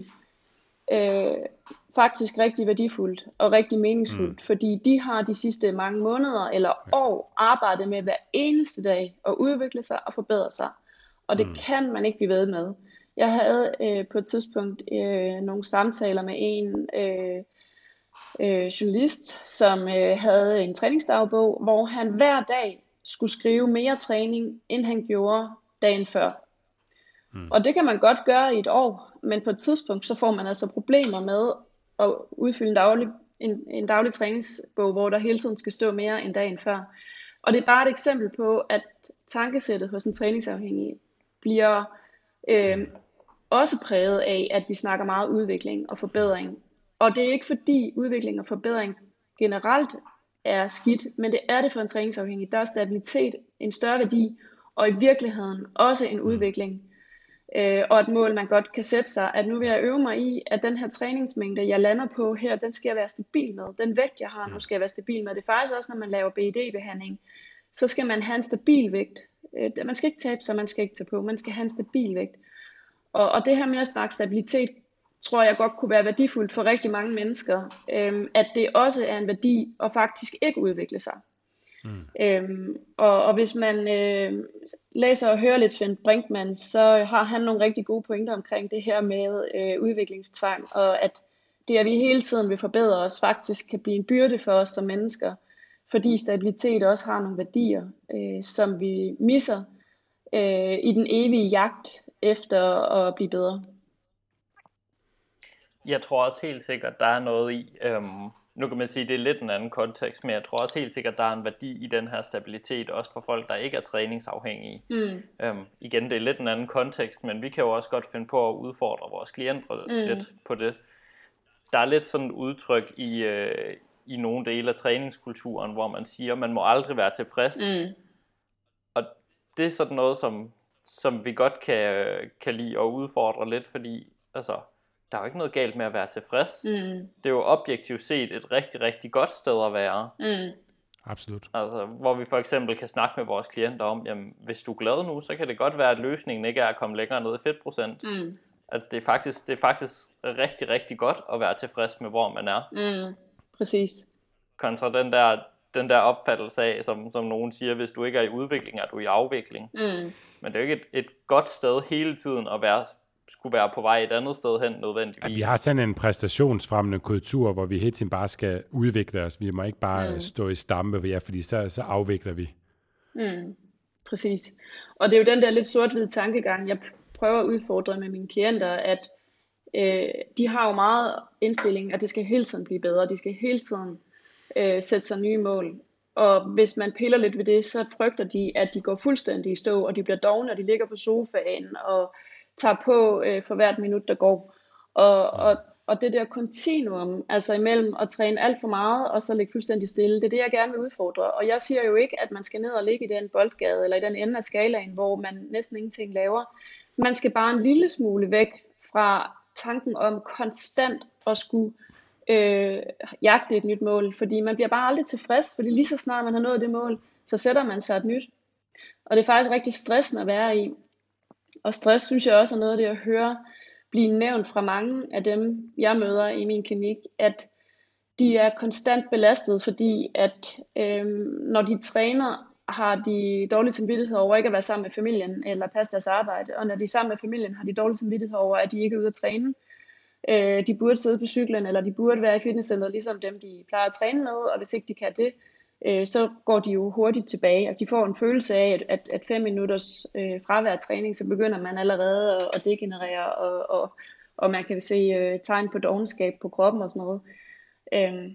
øh, faktisk rigtig værdifuldt og rigtig meningsfuldt, mm. fordi de har de sidste mange måneder eller år arbejdet med hver eneste dag at udvikle sig og forbedre sig. Og det mm. kan man ikke blive ved med. Jeg havde øh, på et tidspunkt øh, nogle samtaler med en øh, øh, journalist, som øh, havde en træningsdagbog, hvor han hver dag skulle skrive mere træning, end han gjorde dagen før. Mm. Og det kan man godt gøre i et år, men på et tidspunkt så får man altså problemer med at udfylde en daglig, en, en daglig træningsbog, hvor der hele tiden skal stå mere end dagen før. Og det er bare et eksempel på, at tankesættet hos en træningsafhængig bliver øh, også præget af, at vi snakker meget udvikling og forbedring. Og det er ikke fordi udvikling og forbedring generelt er skidt, men det er det for en træningsafhængig. Der er stabilitet en større værdi, og i virkeligheden også en udvikling. Øh, og et mål, man godt kan sætte sig, at nu vil jeg øve mig i, at den her træningsmængde, jeg lander på her, den skal jeg være stabil med. Den vægt, jeg har nu, skal jeg være stabil med. Det er faktisk også, når man laver B E D-behandling, så skal man have en stabil vægt. Øh, man skal ikke tabe sig, man skal ikke tage på, man skal have en stabil vægt. Og, og det her med at snakke stabilitet, tror jeg godt kunne være værdifuldt for rigtig mange mennesker, øhm, at det også er en værdi at faktisk ikke udvikle sig. Mm. Øhm, og, og hvis man øh, læser og hører lidt Svend Brinkmann, så har han nogle rigtig gode pointer omkring det her med øh, udviklingstvang, og at det, at vi hele tiden vil forbedre os, faktisk kan blive en byrde for os som mennesker, fordi stabilitet også har nogle værdier, øh, som vi misser øh, i den evige jagt efter at blive bedre. Jeg tror også helt sikkert, der er noget i, øhm, nu kan man sige, det er lidt en anden kontekst, men jeg tror også helt sikkert, der er en værdi i den her stabilitet, også for folk, der ikke er træningsafhængige. Mm. Øhm, igen, det er lidt en anden kontekst, men vi kan jo også godt finde på at udfordre vores klienter mm. lidt på det. Der er lidt sådan et udtryk i, øh, i nogle dele af træningskulturen, hvor man siger, at man må aldrig være tilfreds. Mm. Og det er sådan noget, som, som vi godt kan, kan lide at udfordre lidt, fordi altså, der er jo ikke noget galt med at være tilfreds. Mm. Det er jo objektivt set et rigtig, rigtig godt sted at være. Mm. Absolut. Altså, hvor vi for eksempel kan snakke med vores klienter om, jamen, hvis du er glad nu, så kan det godt være, at løsningen ikke er at komme længere ned i fedtprocent. Mm. At det er, faktisk, det er faktisk rigtig, rigtig godt at være tilfreds med, hvor man er. Mm. Præcis. Kontra den der, den der opfattelse af, som, som nogen siger, hvis du ikke er i udvikling, er du i afvikling. Mm. Men det er jo ikke et, et godt sted hele tiden at være skulle være på vej et andet sted hen nødvendigvis. Ja, vi har sådan en præstationsfremmende kultur, hvor vi hele tiden bare skal udvikle os. Vi må ikke bare mm. stå i stampe ved jer, fordi så, så afvikler vi. Mm. Præcis. Og det er jo den der lidt sort-hvide tankegang, jeg prøver at udfordre med mine klienter, at øh, de har jo meget indstilling, at det skal hele tiden blive bedre. De skal hele tiden øh, sætte sig nye mål. Og hvis man piller lidt ved det, så frygter de, at de går fuldstændig i stå, og de bliver dovne, og de ligger på sofaen, og tager på øh, for hvert minut, der går. Og, og, og det der kontinuum, altså imellem at træne alt for meget, og så ligge fuldstændig stille, det er det, jeg gerne vil udfordre. Og jeg siger jo ikke, at man skal ned og ligge i den boldgade, eller i den ende af skalaen, hvor man næsten ingenting laver. Man skal bare en lille smule væk fra tanken om konstant at skulle øh, jagte et nyt mål, fordi man bliver bare aldrig tilfreds, fordi lige så snart man har nået det mål, så sætter man sig et nyt. Og det er faktisk rigtig stressende at være i. Og stress synes jeg også er noget af det, jeg hører blive nævnt fra mange af dem, jeg møder i min klinik, at de er konstant belastet, fordi at øhm, når de træner, har de dårlig samvittighed over ikke at være sammen med familien eller passe deres arbejde, og når de er sammen med familien, har de dårlig samvittighed over, at de ikke er ude at træne. Øh, de burde sidde på cyklen, eller de burde være i fitnesscenteret, ligesom dem, de plejer at træne med, og hvis ikke de kan det, så går de jo hurtigt tilbage. Altså de får en følelse af, at, at, at fem minutters øh, fravær af træning, så begynder man allerede at, at degenerere, og, og, og man kan se øh, tegn på dovenskab på kroppen og sådan noget. Øhm,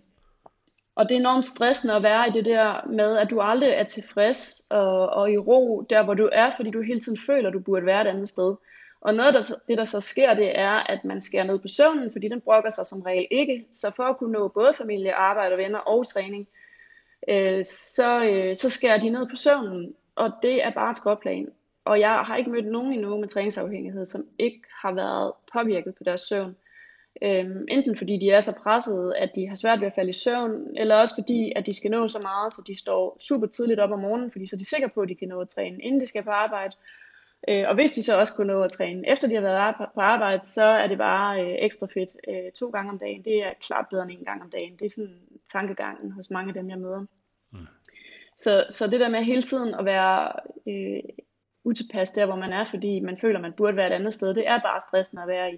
og det er enormt stressende at være i det der med, at du aldrig er tilfreds og, og i ro der, hvor du er, fordi du hele tiden føler, at du burde være et andet sted. Og noget af det, der så sker, det er, at man skærer ned på søvnen, fordi den brokker sig som regel ikke. Så for at kunne nå både familie, arbejde, venner og træning, Øh, så, øh, så skærer de ned på søvnen, og det er bare et skråplan. Og jeg har ikke mødt nogen endnu med træningsafhængighed, som ikke har været påvirket på deres søvn. Øhm, enten fordi de er så pressede, at de har svært ved at falde i søvn, eller også fordi, at de skal nå så meget, så de står super tidligt op om morgenen, fordi så er de sikre på, at de kan nå at træne, inden de skal på arbejde. Øh, og hvis de så også kunne nå at træne, efter de har været på arbejde, så er det bare øh, ekstra fedt øh, to gange om dagen. Det er klart bedre end en gang om dagen. Det er sådan tankegangen hos mange af dem, jeg møder. Mm. Så, så det der med hele tiden at være øh, utilpas der, hvor man er, fordi man føler, man burde være et andet sted, det er bare stressende at være i.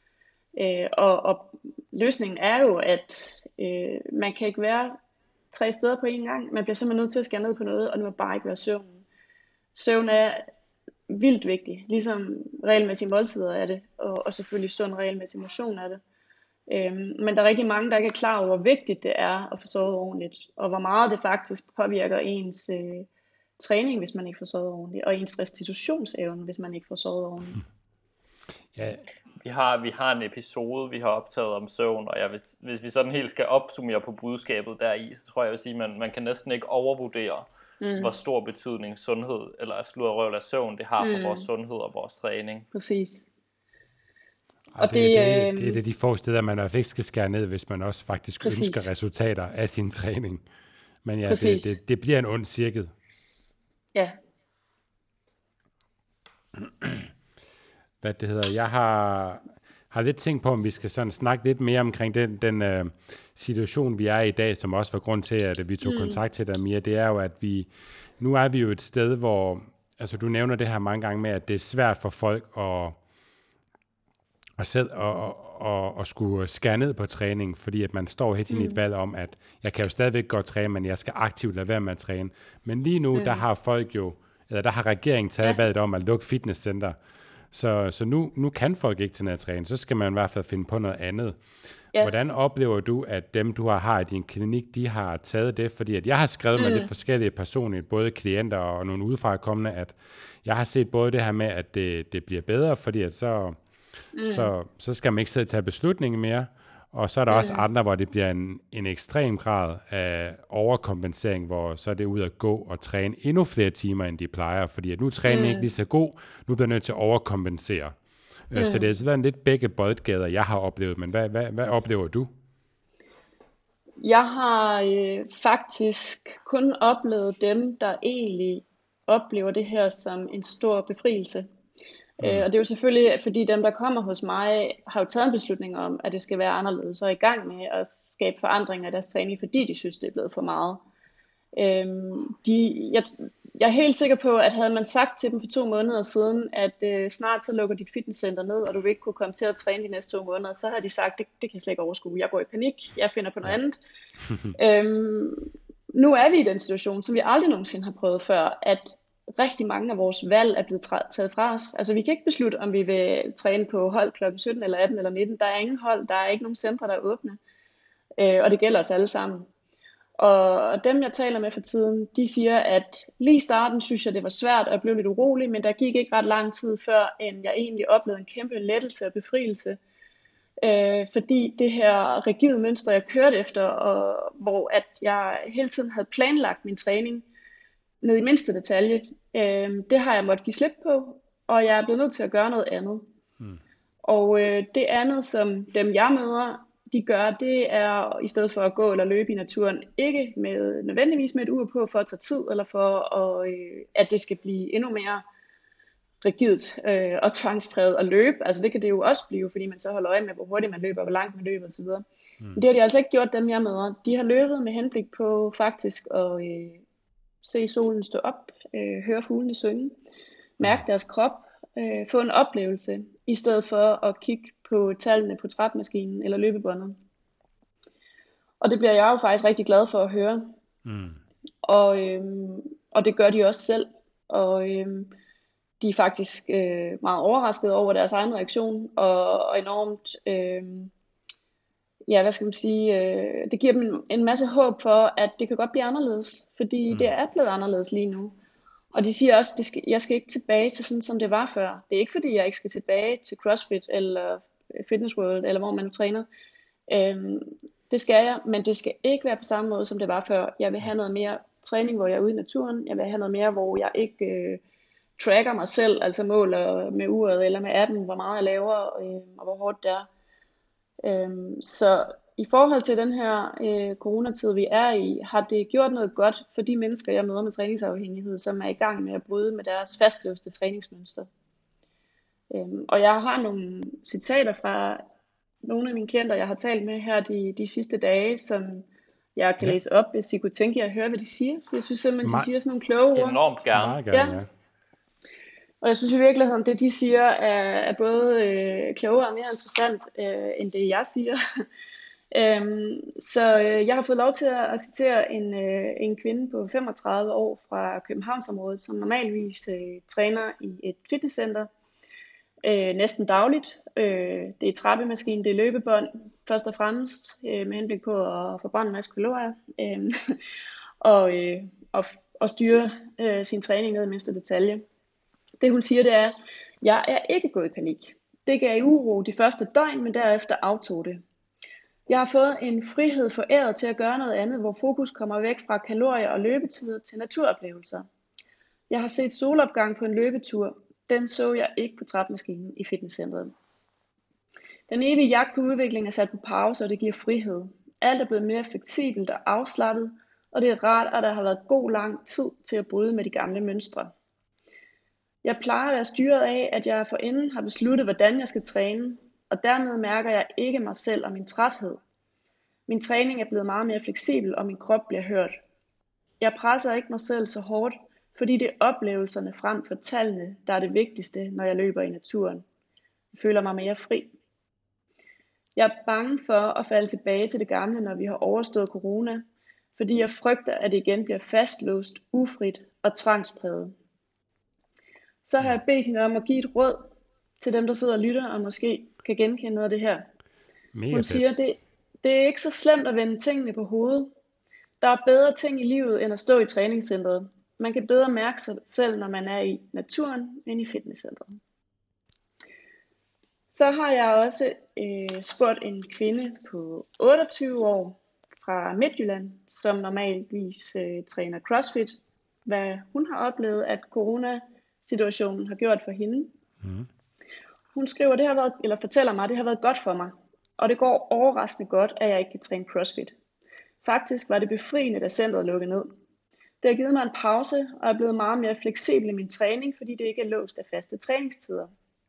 Øh, og, og løsningen er jo, at øh, man kan ikke være tre steder på en gang. Man bliver simpelthen nødt til at skære ned på noget, og det må bare ikke være søvnen. Søvn er vildt vigtig, ligesom regelmæssige måltider er det, og, og selvfølgelig sund regelmæssig motion er det. Øhm, men der er rigtig mange, der ikke er klar over, hvor vigtigt det er at få sovet ordentligt, og hvor meget det faktisk påvirker ens øh, træning, hvis man ikke får sovet ordentligt, og ens restitutionsevne, hvis man ikke får sovet ordentligt. Ja. Vi har, vi har en episode, vi har optaget om søvn, og jeg vil, hvis vi sådan helt skal opsummere på budskabet deri, så tror jeg, jeg vil sige, at man, man kan næsten ikke overvurdere, mm. hvor stor betydning sundhed, eller sludderrøvl af søvn, det har for mm. vores sundhed og vores træning. Præcis. Og, og det, det, det, det er det de få steder, man i hvert fald ikke skal skære ned, hvis man også faktisk præcis. ønsker resultater af sin træning. Men ja, det, det, det bliver en ond cirkel. Ja. Hvad det hedder, jeg har, har lidt tænkt på, om vi skal sådan snakke lidt mere omkring den, den uh, situation, vi er i i dag, som også var grund til, at vi tog mm. kontakt til dig, Mia. Det er jo, at vi, nu er vi jo et sted, hvor, altså du nævner det her mange gange med, at det er svært for folk at, at, selv, at, at, at skulle skære ned på træning, fordi at man står helt i mm. et valg om, at jeg kan jo stadigvæk godt træne, men jeg skal aktivt lade være med at træne. Men lige nu, mm. der har folk jo, eller der har regeringen taget ja. valget om at lukke fitnesscenter. Så, så nu, nu kan folk ikke til at træne, så skal man i hvert fald finde på noget andet. Ja. Hvordan oplever du, at dem, du har, har i din klinik, de har taget det? Fordi at jeg har skrevet mm. med lidt forskellige personer, både klienter og nogle udefra kommende, at jeg har set både det her med, at det, det bliver bedre, fordi at så, mm. så, så skal man ikke sidde og tage beslutninger mere. Og så er der mm. også andre, hvor det bliver en, en ekstrem grad af overkompensering, hvor så er det ud at gå og træne endnu flere timer, end de plejer, fordi at nu træner mm. ikke lige så god, nu bliver nødt til at overkompensere. Mm. Så det er sådan lidt begge boldgader, jeg har oplevet, men hvad, hvad, hvad oplever du? Jeg har øh, faktisk kun oplevet dem, der egentlig oplever det her som en stor befrielse. Mm. Øh, og det er jo selvfølgelig, fordi dem, der kommer hos mig, har jo taget en beslutning om, at det skal være anderledes, og er i gang med at skabe forandringer af deres træning, fordi de synes, det er blevet for meget. Øhm, de, jeg, jeg er helt sikker på, at havde man sagt til dem for to måneder siden, at øh, snart så lukker dit fitnesscenter ned, og du vil ikke kunne komme til at træne de næste to måneder, så havde de sagt, det, det kan jeg slet ikke overskue. Jeg går i panik, jeg finder på noget andet. øhm, nu er vi i den situation, som vi aldrig nogensinde har prøvet før, at rigtig mange af vores valg er blevet taget fra os. Altså vi kan ikke beslutte, om vi vil træne på hold klokken sytten eller atten eller nitten. Der er ingen hold, der er ikke nogen centre, der er åbne. Øh, og det gælder os alle sammen. Og dem, jeg taler med for tiden, de siger, at lige i starten synes jeg, det var svært og blev lidt urolig, men der gik ikke ret lang tid før, end jeg egentlig oplevede en kæmpe lettelse og befrielse. Øh, fordi det her rigide mønster, jeg kørte efter, og hvor at jeg hele tiden havde planlagt min træning, ned i mindste detalje, øh, det har jeg måttet give slip på, og jeg er blevet nødt til at gøre noget andet. Mm. Og øh, det andet, som dem jeg møder, de gør, det er i stedet for at gå eller løbe i naturen, ikke med nødvendigvis med et ur på for at tage tid, eller for at, øh, at det skal blive endnu mere rigidt øh, og tvangspræget at løbe. Altså det kan det jo også blive, fordi man så holder øje med, hvor hurtigt man løber, hvor langt man løber osv. Mm. Men det har de altså ikke gjort, dem jeg møder. De har løbet med henblik på faktisk at øh, se solen stå op, øh, høre fuglene synge, mærke deres krop, øh, få en oplevelse, i stedet for at kigge på tallene på trætmaskinen eller løbebåndet. Og det bliver jeg jo faktisk rigtig glad for at høre. Mm. Og, øhm, og det gør de også selv. Og øhm, de er faktisk øh, meget overraskede over deres egen reaktion, og, og enormt, øh, ja, hvad skal man sige, øh, det giver dem en masse håb for, at det kan godt blive anderledes, fordi mm. det er blevet anderledes lige nu. Og de siger også, at jeg skal ikke tilbage til sådan, som det var før. Det er ikke fordi, jeg ikke skal tilbage til CrossFit eller Fitness World, eller hvor man træner. Øhm, det skal jeg, men det skal ikke være på samme måde, som det var før. Jeg vil have noget mere træning, hvor jeg er ude i naturen. Jeg vil have noget mere, hvor jeg ikke øh, tracker mig selv, altså måler med uret eller med appen, hvor meget jeg laver, øh, og hvor hårdt det er. Øhm, så i forhold til den her øh, coronatid, vi er i, har det gjort noget godt for de mennesker, jeg møder med træningsafhængighed, som er i gang med at bryde med deres fastlåste træningsmønster. Øhm, og jeg har nogle citater fra nogle af mine klienter, jeg har talt med her de, de sidste dage, som jeg kan ja. læse op, hvis I kunne tænke jer at høre, hvad de siger. For jeg synes simpelthen, de siger sådan nogle kloge ord. Enormt gerne. gerne ja. Ja. Og jeg synes i virkeligheden, det de siger, er, er både øh, klogere og mere interessant, øh, end det jeg siger. øhm, så øh, jeg har fået lov til at, at citere en, øh, en kvinde på femogtredive år fra Københavnsområdet, som normalvis øh, træner i et fitnesscenter. Øh, næsten dagligt. Øh, det er trappemaskine, det er løbebånd, først og fremmest, øh, med henblik på at forbrænde en masse kalorier, øh, og, øh, og, og styre øh, sin træning ned i mindste detalje. Det hun siger, det er, jeg er ikke gået i panik. Det gav uro de første døgn, men derefter aftog det. Jeg har fået en frihed foræret til at gøre noget andet, hvor fokus kommer væk fra kalorier og løbetider til naturoplevelser. Jeg har set solopgang på en løbetur. Den så jeg ikke på trapmaskinen i fitnesscentret. Den evige jagt på udvikling er sat på pause, og det giver frihed. Alt er blevet mere fleksibelt og afslappet, og det er rart, at der har været god lang tid til at bryde med de gamle mønstre. Jeg plejer at være styret af, at jeg forinden har besluttet, hvordan jeg skal træne, og dermed mærker jeg ikke mig selv og min træthed. Min træning er blevet meget mere fleksibel, og min krop bliver hørt. Jeg presser ikke mig selv så hårdt, fordi det er oplevelserne frem for tallene, der er det vigtigste, når jeg løber i naturen. Jeg føler mig mere fri. Jeg er bange for at falde tilbage til det gamle, når vi har overstået corona, fordi jeg frygter, at det igen bliver fastlåst, ufrit og tvangspræget. Så har jeg bedt hende om at give et råd til dem, der sidder og lytter, og måske kan genkende noget af det her. Mega Hun fedt. siger, det, det er ikke så slemt at vende tingene på hovedet. Der er bedre ting i livet, end at stå i træningscentret. Man kan bedre mærke sig selv, når man er i naturen, end i fitnesscentret. Så har jeg også øh, spurgt en kvinde på otteogtyve år fra Midtjylland, som normalvis øh, træner CrossFit, hvad hun har oplevet, at coronasituationen har gjort for hende. Mm. Hun skriver, det har været, eller fortæller mig, at det har været godt for mig, og det går overraskende godt, at jeg ikke kan træne CrossFit. Faktisk var det befriende, da centret lukkede ned. Det har givet mig en pause, og jeg er blevet meget mere fleksibel i min træning, fordi det ikke er låst af faste træningstider.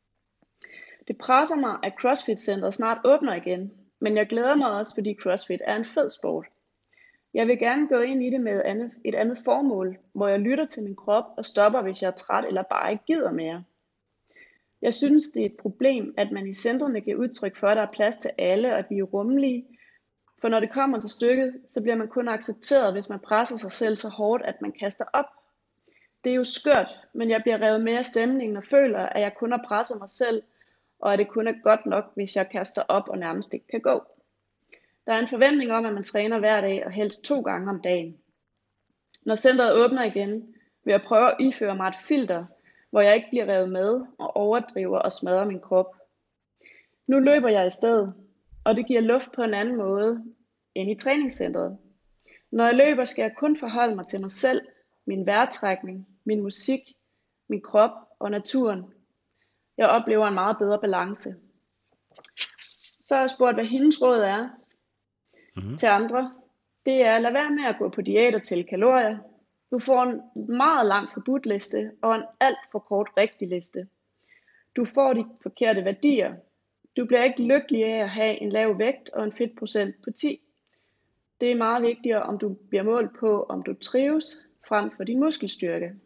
Det presser mig, at CrossFit-centret snart åbner igen, men jeg glæder mig også, fordi CrossFit er en fed sport. Jeg vil gerne gå ind i det med andet, et andet formål, hvor jeg lytter til min krop og stopper, hvis jeg er træt eller bare ikke gider mere. Jeg synes, det er et problem, at man i centrene giver udtryk for, at der er plads til alle, og at vi er rummelige. For når det kommer til stykket, så bliver man kun accepteret, hvis man presser sig selv så hårdt, at man kaster op. Det er jo skørt, men jeg bliver revet med af stemningen og føler, at jeg kun har presset mig selv, og at det kun er godt nok, hvis jeg kaster op og nærmest ikke kan gå. Der er en forventning om, at man træner hver dag og helst to gange om dagen. Når centret åbner igen, vil jeg prøve at iføre mig et filter, hvor jeg ikke bliver revet med og overdriver og smadrer min krop. Nu løber jeg i stedet, og det giver luft på en anden måde end i træningscentret. Når jeg løber, skal jeg kun forholde mig til mig selv, min vejrtrækning, min musik, min krop og naturen. Jeg oplever en meget bedre balance. Så har jeg spurgt, hvad hendes råd er mm-hmm. til andre. Det er, lad være med at gå på diæter til kalorier. Du får en meget lang forbudt liste og en alt for kort rigtig liste. Du får de forkerte værdier. Du bliver ikke lykkelig af at have en lav vægt og en fedtprocent på ti. Det er meget vigtigere, om du bliver målt på, om du trives, frem for din muskelstyrke.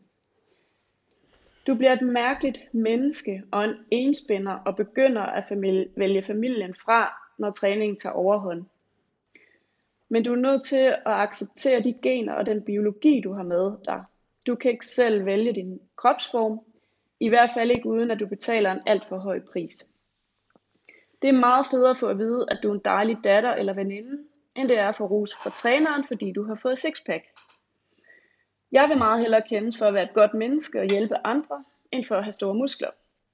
Du bliver et mærkeligt menneske og en enspænder og begynder at familie, vælge familien fra, når træningen tager overhånd. Men du er nødt til at acceptere de gener og den biologi, du har med dig. Du kan ikke selv vælge din kropsform, i hvert fald ikke uden at du betaler en alt for høj pris. Det er meget federe at få at vide, at du er en dejlig datter eller veninde, end det er at få ros fra træneren, fordi du har fået sixpack. Jeg vil meget hellere kendes for at være et godt menneske og hjælpe andre, end for at have store muskler.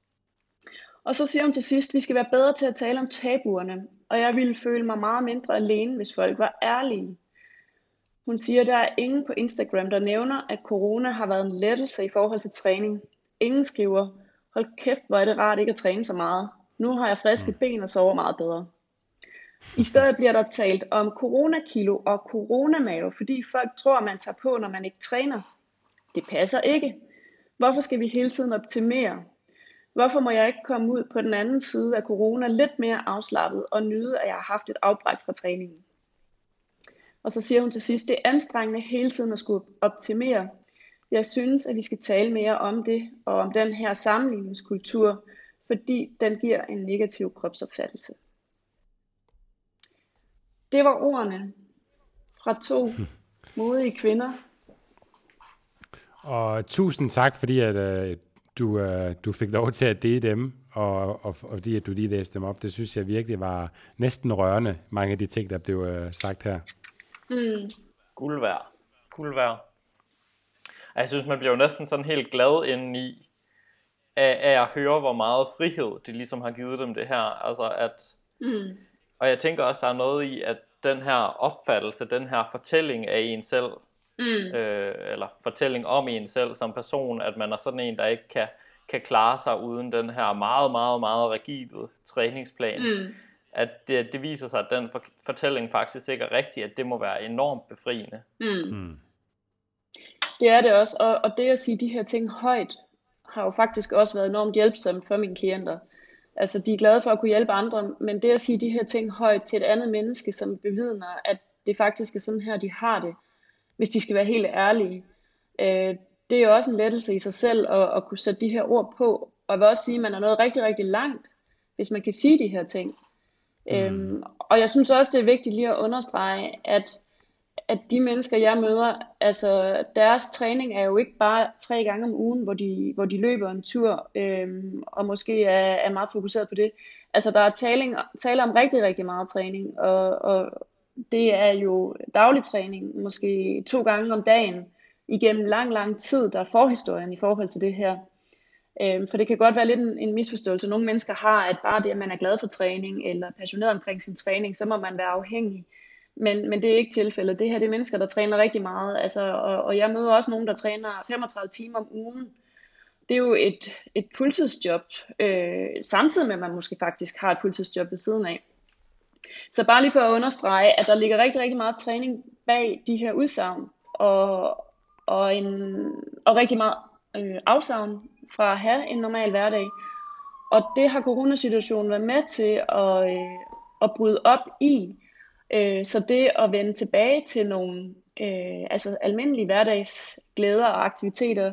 Og så siger hun til sidst, at vi skal være bedre til at tale om tabuerne, og jeg ville føle mig meget mindre alene, hvis folk var ærlige. Hun siger, at der er ingen på Instagram, der nævner, at corona har været en lettelse i forhold til træning. Ingen skriver, hold kæft, hvor er det rart ikke at træne så meget. Nu har jeg friske ben og sover meget bedre. I stedet bliver der talt om coronakilo og coronamave, fordi folk tror, man tager på, når man ikke træner. Det passer ikke. Hvorfor skal vi hele tiden optimere? Hvorfor må jeg ikke komme ud på den anden side af corona lidt mere afslappet og nyde, at jeg har haft et afbræk fra træningen? Og så siger hun til sidst, det er anstrengende hele tiden at skulle optimere. Jeg synes, at vi skal tale mere om det og om den her sammenligningskultur, fordi den giver en negativ kropsopfattelse. Det var ordene fra to modige kvinder. Og tusind tak, fordi at, uh, du, uh, du fik lov til at dele dem, og, og, og fordi at du lige læste dem op. Det synes jeg virkelig var næsten rørende, mange af de ting, der blev uh, sagt her. Mm. Guld værd. Guld værd. Jeg synes, man bliver jo næsten sådan helt glad indeni, af, af at høre, hvor meget frihed det ligesom har givet dem det her. Altså at, mm. Og jeg tænker også, der er noget i, at den her opfattelse, den her fortælling af en selv, mm. øh, eller fortælling om en selv som person, at man er sådan en, der ikke kan, kan klare sig uden den her meget, meget, meget rigide træningsplan. Mm. At det, det viser sig, at den for, fortælling faktisk ikke er rigtig, at det må være enormt befriende. Mm. Mm. Det er det også, og, og det at sige de her ting højt, har jo faktisk også været enormt hjælpsomt for mine klienter. Altså de er glade for at kunne hjælpe andre, men det at sige de her ting højt til et andet menneske, som bevidner, at det faktisk er sådan her, de har det, hvis de skal være helt ærlige, øh, det er jo også en lettelse i sig selv at, at kunne sætte de her ord på. Og jeg vil også sige, at man er nået rigtig, rigtig langt, hvis man kan sige de her ting. Mm. Øhm, og jeg synes også, det er vigtigt lige at understrege, at at de mennesker, jeg møder, altså deres træning er jo ikke bare tre gange om ugen, hvor de, hvor de løber en tur, øhm, og måske er, er meget fokuseret på det. Altså der er taling, tale om rigtig, rigtig meget træning, og, og det er jo daglig træning, måske to gange om dagen, igennem lang, lang tid, der er forhistorien i forhold til det her. Øhm, for det kan godt være lidt en, en misforståelse. Nogle mennesker har, at bare det, at man er glad for træning, eller passioneret omkring sin træning, så må man være afhængig. Men, men det er ikke tilfældet. Det her det er mennesker, der træner rigtig meget. Altså, og, og jeg møder også nogen, der træner femogtredive timer om ugen. Det er jo et, et fuldtidsjob, øh, samtidig med, at man måske faktisk har et fuldtidsjob ved siden af. Så bare lige for at understrege, at der ligger rigtig, rigtig meget træning bag de her udsagn, og, og, en, og rigtig meget øh, afsavn fra at have en normal hverdag. Og det har coronasituationen været med til at, øh, at bryde op i. Så det at vende tilbage til nogle øh, altså almindelige hverdagsglæder og aktiviteter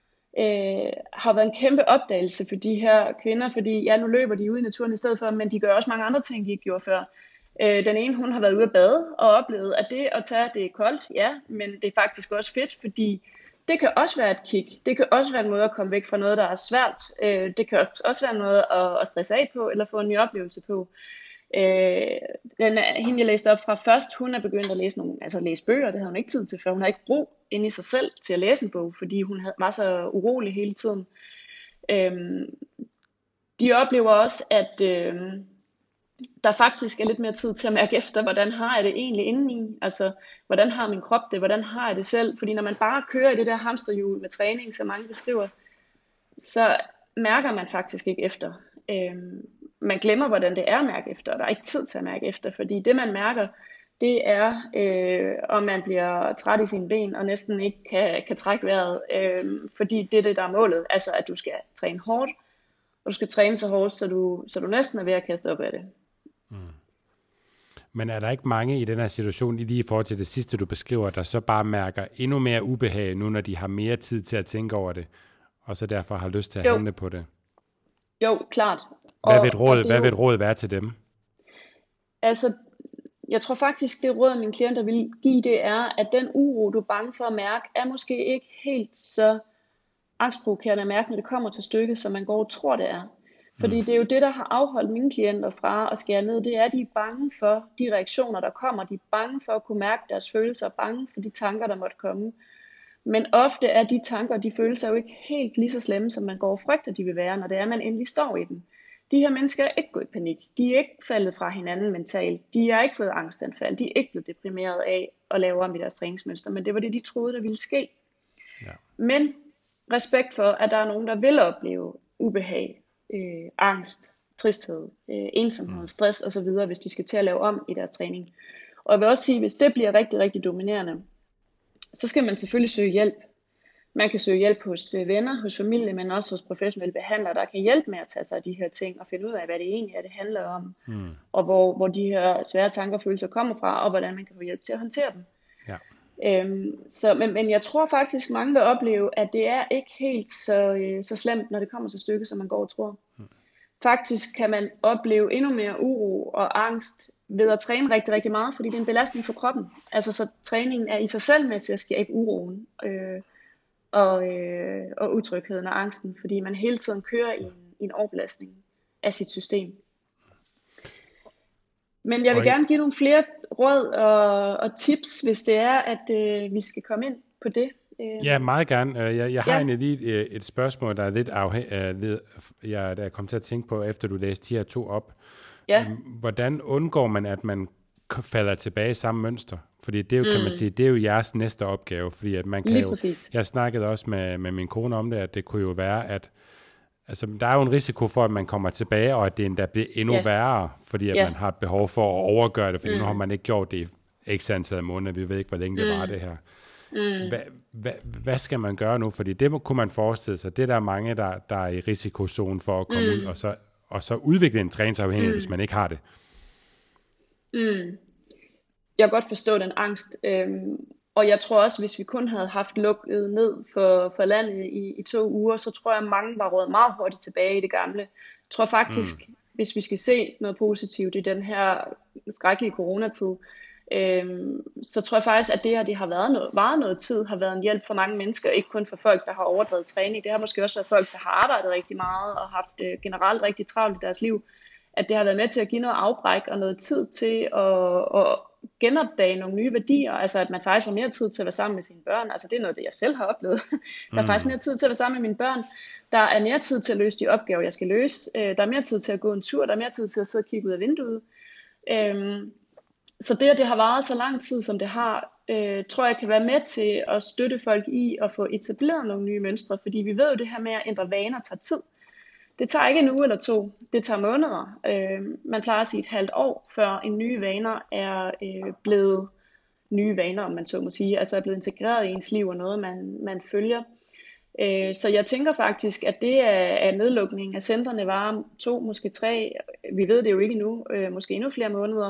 øh, har været en kæmpe opdagelse for de her kvinder, fordi ja, nu løber de ude i naturen i stedet for, men de gør også mange andre ting, de ikke gjorde før. Øh, den ene, hun har været ude at bade og oplevet, at det at tage, det er koldt, ja, men det er faktisk også fedt, fordi det kan også være et kick. Det kan også være en måde at komme væk fra noget, der er svært. Øh, det kan også være noget at, at stresse af på, eller få en ny oplevelse på. Øh, den er, hende jeg læste op fra først, hun er begyndt at læse nogle, altså læse bøger, det havde hun ikke tid til før. Hun har ikke brug inde i sig selv til at læse en bog, fordi hun havde, var så urolig hele tiden. Øh, de oplever også, at øh, der faktisk er lidt mere tid til at mærke efter, hvordan har jeg det egentlig indeni, altså hvordan har min krop det, hvordan har jeg det selv, fordi når man bare kører i det der hamsterhjul med træning, som mange beskriver, så mærker man faktisk ikke efter. Øh, Man glemmer, hvordan det er at mærke efter, og der er ikke tid til at mærke efter, fordi det, man mærker, det er, øh, om man bliver træt i sine ben, og næsten ikke kan, kan trække vejret, øh, fordi det er det, der er målet, altså at du skal træne hårdt, og du skal træne så hårdt, så du, så du næsten er ved at kaste op af det. Mm. Men er der ikke mange i den her situation, lige i forhold til det sidste, du beskriver, der så bare mærker endnu mere ubehag, nu når de har mere tid til at tænke over det, og så derfor har lyst til at jo. handle på det? Jo, klart. Hvad vil, et råd, hvad vil et råd være til dem? Altså, jeg tror faktisk, det råd, mine klienter vil give, det er, at den uro, du er bange for at mærke, er måske ikke helt så angstprovokerende at mærke, når det kommer til stykket, som man går og tror, det er. Fordi mm. det er jo det, der har afholdt mine klienter fra at skære ned. Det er, at de er bange for de reaktioner, der kommer. De er bange for at kunne mærke deres følelser, bange for de tanker, der måtte komme. Men ofte er de tanker og de følelser jo ikke helt lige så slemme, som man går og frygter, de vil være, når det er, man endelig står i dem. De her mennesker er ikke gået i panik. De er ikke faldet fra hinanden mentalt. De har ikke fået angstanfald. De er ikke blevet deprimeret af at lave om i deres træningsmønster. Men det var det, de troede, der ville ske. Ja. Men respekt for, at der er nogen, der vil opleve ubehag, øh, angst, tristhed, øh, ensomhed, mm. stress osv., hvis de skal til at lave om i deres træning. Og jeg vil også sige, at hvis det bliver rigtig, rigtig dominerende, så skal man selvfølgelig søge hjælp. Man kan søge hjælp hos venner, hos familie, men også hos professionelle behandlere, der kan hjælpe med at tage sig af de her ting og finde ud af, hvad det egentlig er, det handler om. Mm. Og hvor, hvor de her svære tanker og følelser kommer fra, og hvordan man kan få hjælp til at håndtere dem. Ja. Øhm, så, men, men jeg tror faktisk, mange vil opleve, at det er ikke helt så, øh, så slemt, når det kommer til stykket, som man går og tror. Mm. Faktisk kan man opleve endnu mere uro og angst ved at træne rigtig, rigtig meget, fordi det er en belastning for kroppen. Altså så træningen er i sig selv med til at skabe uroen. Øh, Og, øh, og utrygheden og angsten, fordi man hele tiden kører i en, i en overbelastning af sit system. Men jeg vil gerne give nogle flere råd og, og tips, hvis det er, at øh, vi skal komme ind på det. Øh, Ja, meget gerne. Øh, Jeg, jeg har ja, egentlig lige et, et spørgsmål, der er lidt afhængig af, jeg, der jeg kom til at tænke på, efter du læste de her to op. ja, Øhm, Hvordan undgår man, at man k- falder tilbage i samme mønster? Fordi det er jo, kan man mm, sige, det er jo jeres næste opgave, fordi at man kan lige jo, præcis. jeg snakkede også med, med min kone om det, at det kunne jo være, at altså, der er jo en risiko for, at man kommer tilbage, og at det endda bliver endnu Ja, værre, fordi at ja, man har et behov for at overgøre det, fordi mm. nu har mm, man ikke gjort det i x antal måneder, vi ved ikke, hvor længe det var mm, det her. mm, Hvad, hvad, hvad skal man gøre nu? Fordi det må- kunne man forestille sig, det er der mange, der, der er i risikozonen for at komme ud, mm, og så, og så udvikle en træningsafhængighed, hvis mm, man ikke har det. mm. Jeg kan godt forstå den angst, øhm, og jeg tror også, hvis vi kun havde haft lukket ned for, for landet i, i to uger, så tror jeg, at mange var rådet meget hurtigt tilbage i det gamle. Jeg tror faktisk, Mm. hvis vi skal se noget positivt i den her skrækkelige coronatid, øhm, så tror jeg faktisk, at det her, det har været noget, varet noget tid, har været en hjælp for mange mennesker, ikke kun for folk, der har overdrevet træning. Det har måske også været folk, der har arbejdet rigtig meget og haft øh, generelt rigtig travlt i deres liv, at det har været med til at give noget afbræk og noget tid til at, at genopdage nogle nye værdier, altså at man faktisk har mere tid til at være sammen med sine børn, altså det er noget, det jeg selv har oplevet. Der er faktisk Mm. mere tid til at være sammen med mine børn, der er mere tid til at løse de opgaver, jeg skal løse, Øh, der er mere tid til at gå en tur, der er mere tid til at sidde og kigge ud af vinduet. Øhm, Så det, at det har varet så lang tid, som det har, øh, tror jeg kan være med til at støtte folk i at få etableret nogle nye mønstre, fordi vi ved jo, det her med at ændre vaner tager tid. Det tager ikke en uge eller to, det tager måneder. Øh, man plejer at sige et halvt år, før en nye vaner er øh, blevet nye vaner, om man så må sige, altså er blevet integreret i ens liv og noget, man, man følger. Øh, så jeg tænker faktisk, at det er, at nedlukningen af centrene var to, måske tre, vi ved det jo ikke endnu, øh, måske endnu flere måneder,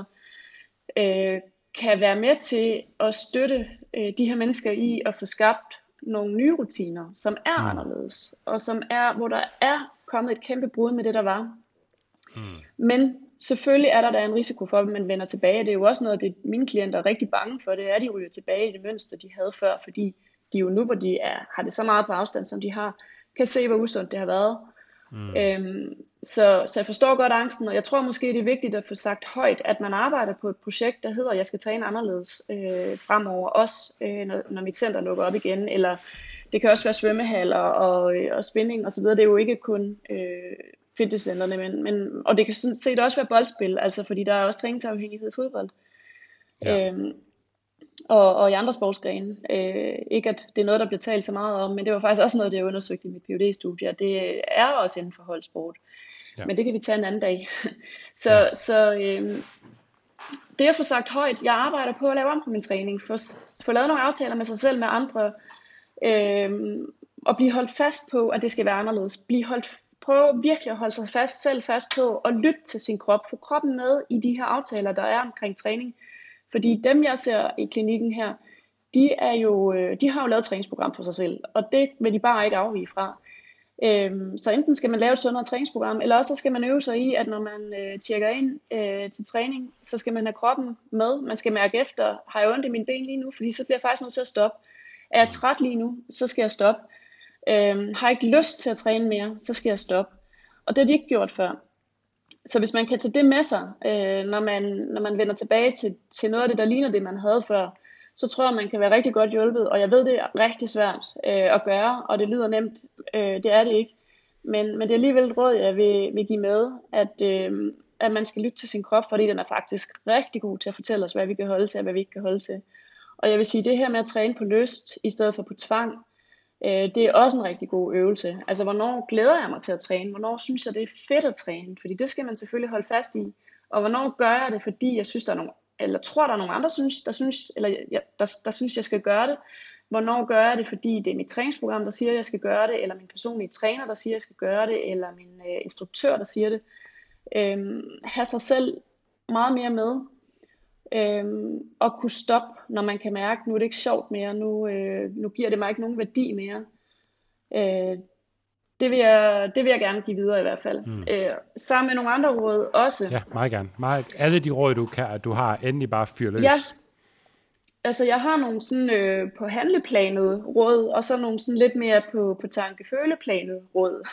øh, kan være med til at støtte øh, de her mennesker i at få skabt nogle nye rutiner, som er Mm. anderledes, og som er, hvor der er kommet et kæmpe brud med det, der var. Mm. Men selvfølgelig er der da en risiko for, at man vender tilbage. Det er jo også noget, det mine klienter er rigtig bange for, det er, at de ryger tilbage i det mønster, de havde før, fordi de jo nu, hvor de er, har det så meget på afstand, som de har, kan se, hvor usundt det har været. Mm. Øhm, så, så jeg forstår godt angsten, og jeg tror måske, det er vigtigt at få sagt højt, at man arbejder på et projekt, der hedder, jeg skal træne anderledes øh, fremover, også øh, når, når mit center lukker op igen, eller det kan også være svømmehaller og, øh, og spinning og så videre. Det er jo ikke kun øh, fitnesscenterne, men, men, og det kan sådan set også være boldspil, altså fordi der er også træningsafhængighed i fodbold. Ja. Øhm, og, og i andre sportsgrene. Øh, ikke at det er noget, der bliver talt så meget om, men det var faktisk også noget, det jeg undersøgte i mit P H D-studie, og det er også inden for holdsport. Ja. Men det kan vi tage en anden dag. så Ja. så øh, det at få sagt højt, jeg arbejder på at lave om på min træning, få, få lavet nogle aftaler med sig selv, med andre, øh, og blive holdt fast på, at det skal være anderledes. Blive holdt, prøv virkelig at holde sig fast, selv fast på, og lytte til sin krop. Få kroppen med i de her aftaler, der er omkring træning. Fordi dem, jeg ser i klinikken her, de, er jo, de har jo lavet et træningsprogram for sig selv, og det vil de bare ikke afvige fra. Øhm, så enten skal man lave et sundere træningsprogram, eller også så skal man øve sig i, at når man øh, tjekker ind øh, til træning, så skal man have kroppen med. Man skal mærke efter, har jeg ondt i mine ben lige nu, fordi så bliver jeg faktisk nødt til at stoppe. Er jeg træt lige nu, så skal jeg stoppe. Øhm, har jeg ikke lyst til at træne mere, så skal jeg stoppe. Og det har de ikke gjort før. Så hvis man kan tage det med sig, øh, når, man, når man vender tilbage til, til noget af det, der ligner det, man havde før, så tror jeg, man kan være rigtig godt hjulpet. Og jeg ved, det er rigtig svært øh, at gøre, og det lyder nemt. Øh, det er det ikke. Men, men det er alligevel et råd, jeg vil, vil give med, at, øh, at man skal lytte til sin krop, fordi den er faktisk rigtig god til at fortælle os, hvad vi kan holde til, og hvad vi ikke kan holde til. Og jeg vil sige, det her med at træne på lyst, i stedet for på tvang, øh, det er også en rigtig god øvelse. Altså, hvornår glæder jeg mig til at træne? Hvornår synes jeg, det er fedt at træne? Fordi det skal man selvfølgelig holde fast i. Og hvornår gør jeg det, fordi jeg synes, der er nogle, eller tror, der er nogle andre, synes, der, synes, eller, ja, der, der synes, jeg skal gøre det. Hvornår gør jeg det, fordi det er mit træningsprogram, der siger, at jeg skal gøre det, eller min personlige træner, der siger, at jeg skal gøre det, eller min øh, instruktør, der siger det. Øhm, have sig selv meget mere med, øhm, og kunne stoppe, når man kan mærke, nu er det ikke sjovt mere, nu, øh, nu giver det mig ikke nogen værdi mere. Øh, det, vil jeg, det vil jeg gerne give videre i hvert fald. Mm. Øh, sammen med nogle andre råd også. Ja, meget gerne. Meget, alle de råd, du, kan, du har, endelig bare fyr løs. Ja. Altså, jeg har nogle sådan øh, på handleplanet råd, og så nogle sådan lidt mere på, på tankeføleplanet råd.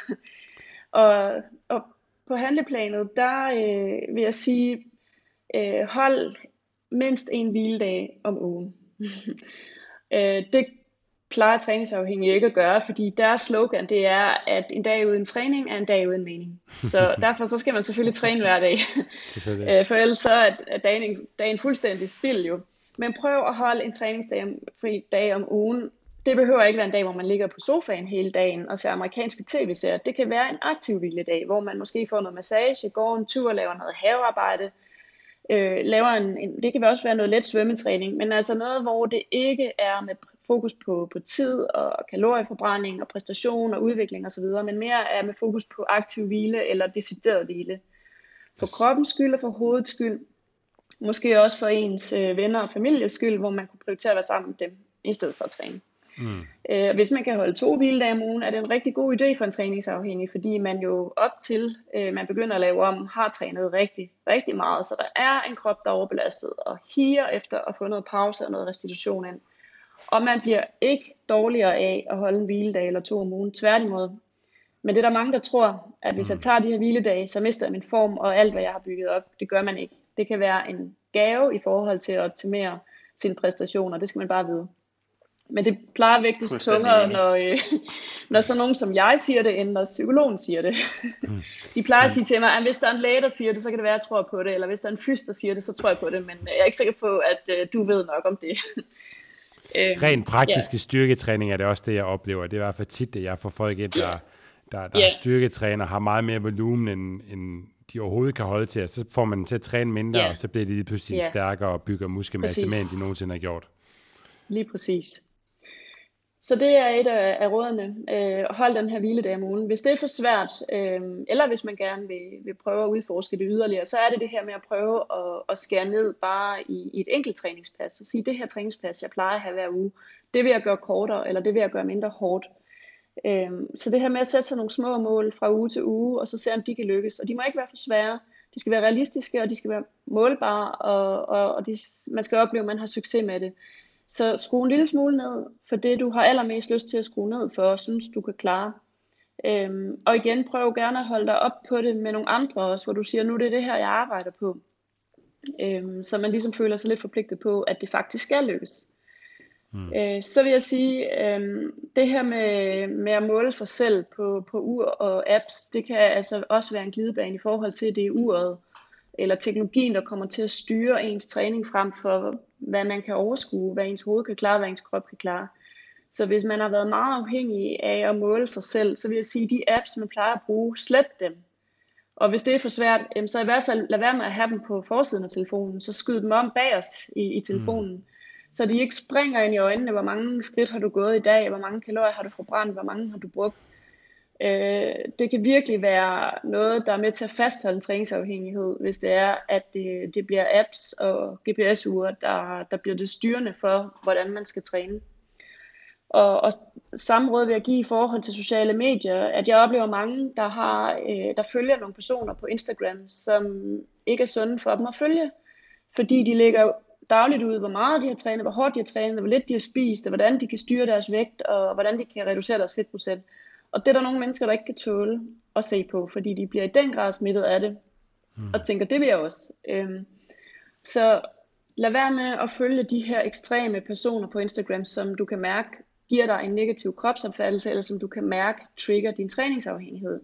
og, og på handleplanet, der øh, vil jeg sige, øh, hold mindst en hviledag om ugen. øh, det plejer træningsafhængige ikke at gøre, fordi deres slogan, det er, at en dag uden træning er en dag uden mening. Så derfor så skal man selvfølgelig træne hver dag. Selvfølgelig. For ellers så er dagen, dagen fuldstændig spild jo. Men prøv at holde en træningsdag fri dag om ugen. Det behøver ikke være en dag, hvor man ligger på sofaen hele dagen og ser amerikanske tv-serier. Det kan være en aktiv hviledag, hvor man måske får noget massage, går en tur, laver noget havearbejde. Øh, laver en, en, det kan også være noget let svømmetræning, men altså noget, hvor det ikke er med fokus på, på tid og kalorieforbrænding og præstation og udvikling osv., men mere er med fokus på aktiv hvile eller decideret hvile. For kroppens skyld og for hovedets skyld. Måske også for ens øh, venner og families skyld, hvor man kunne prioritere at være sammen med dem i stedet for at træne. Mm. Øh, hvis man kan holde to hviledage om ugen, er det en rigtig god idé for en træningsafhængig, fordi man jo op til øh, man begynder at lave om, har trænet rigtig, rigtig meget, så der er en krop, der er overbelastet og higer efter at få noget pause og noget restitution ind. Og man bliver ikke dårligere af at holde en hviledag eller to om ugen, tværtimod. Men det er der mange, der tror, at hvis jeg tager de her hviledage, så mister jeg min form og alt, hvad jeg har bygget op. Det gør man ikke. Det kan være en gave i forhold til at optimere sine præstationer, det skal man bare vide. Men det plejer at vægtes tungere, når, øh, når sådan nogen som jeg siger det, end når psykologen siger det. Mm. De plejer at sige til mig, at hvis der er en læge, der siger det, så kan det være, at jeg tror på det. Eller hvis der er en fys, der siger det, så tror jeg på det. Men jeg er ikke sikker på, at øh, du ved nok om det. Rent praktiske yeah. styrketræning er det også det, jeg oplever. Det er i hvert fald tit, det jeg får folk ind, der, der, der yeah. er styrketræner, har meget mere volumen, end, end de overhovedet kan holde til. Og så får man dem til at træne mindre, yeah. og så bliver de lige pludselig yeah. stærkere og bygger muskelmasse mere, end de nogensinde har gjort. Lige præcis. Så det er et af, af rådene. Øh, hold den her hviledag om ugen. Hvis det er for svært, øh, eller hvis man gerne vil, vil prøve at udforske det yderligere, så er det det her med at prøve at, at skære ned bare i, i et enkelt træningspas. Så sige, det her træningspas, jeg plejer at have hver uge, det vil jeg gøre kortere, eller det vil jeg gøre mindre hårdt. Øh, så det her med at sætte sig nogle små mål fra uge til uge, og så se om de kan lykkes. Og de må ikke være for svære. De skal være realistiske, og de skal være målbare, og, og, og de, man skal opleve, at man har succes med det. Så skru en lille smule ned for det, du har allermest lyst til at skrue ned for, og synes, du kan klare. Øhm, og igen, prøv gerne at holde dig op på det med nogle andre også, hvor du siger, nu det er det her, jeg arbejder på. Øhm, så man ligesom føler sig lidt forpligtet på, at det faktisk skal lykkes. Mm. Øh, så vil jeg sige, øhm, det her med, med at måle sig selv på, på ur og apps, det kan altså også være en glidebane i forhold til, at det er uret, eller teknologien, der kommer til at styre ens træning frem for, hvad man kan overskue, hvad ens hoved kan klare, hvad ens krop kan klare. Så hvis man har været meget afhængig af at måle sig selv, så vil jeg sige, at de apps, man plejer at bruge, slet dem. Og hvis det er for svært, så i hvert fald lad være med at have dem på forsiden af telefonen, så skyd dem om bagerst i, i telefonen. Mm. Så de ikke springer ind i øjnene, hvor mange skridt har du gået i dag, hvor mange kalorier har du forbrændt, hvor mange har du brugt. Øh, det kan virkelig være noget, der er med til at fastholde en træningsafhængighed, hvis det er, at det, det bliver apps og G P S-ure, der, der bliver det styrende for, hvordan man skal træne. Og, og samme råd vil jeg give i forhold til sociale medier, at jeg oplever mange, der, har, øh, der følger nogle personer på Instagram, som ikke er sunde for dem at følge, fordi de lægger dagligt ud, hvor meget de har trænet, hvor hårdt de har trænet, hvor lidt de har spist, og hvordan de kan styre deres vægt, og hvordan de kan reducere deres fedtprocent. Og det er der nogle mennesker, der ikke kan tåle at se på, fordi de bliver i den grad smittet af det, mm. og tænker, det vil jeg også. Øhm, så lad være med at følge de her ekstreme personer på Instagram, som du kan mærke giver dig en negativ kropsopfattelse, eller som du kan mærke trigger din træningsafhængighed.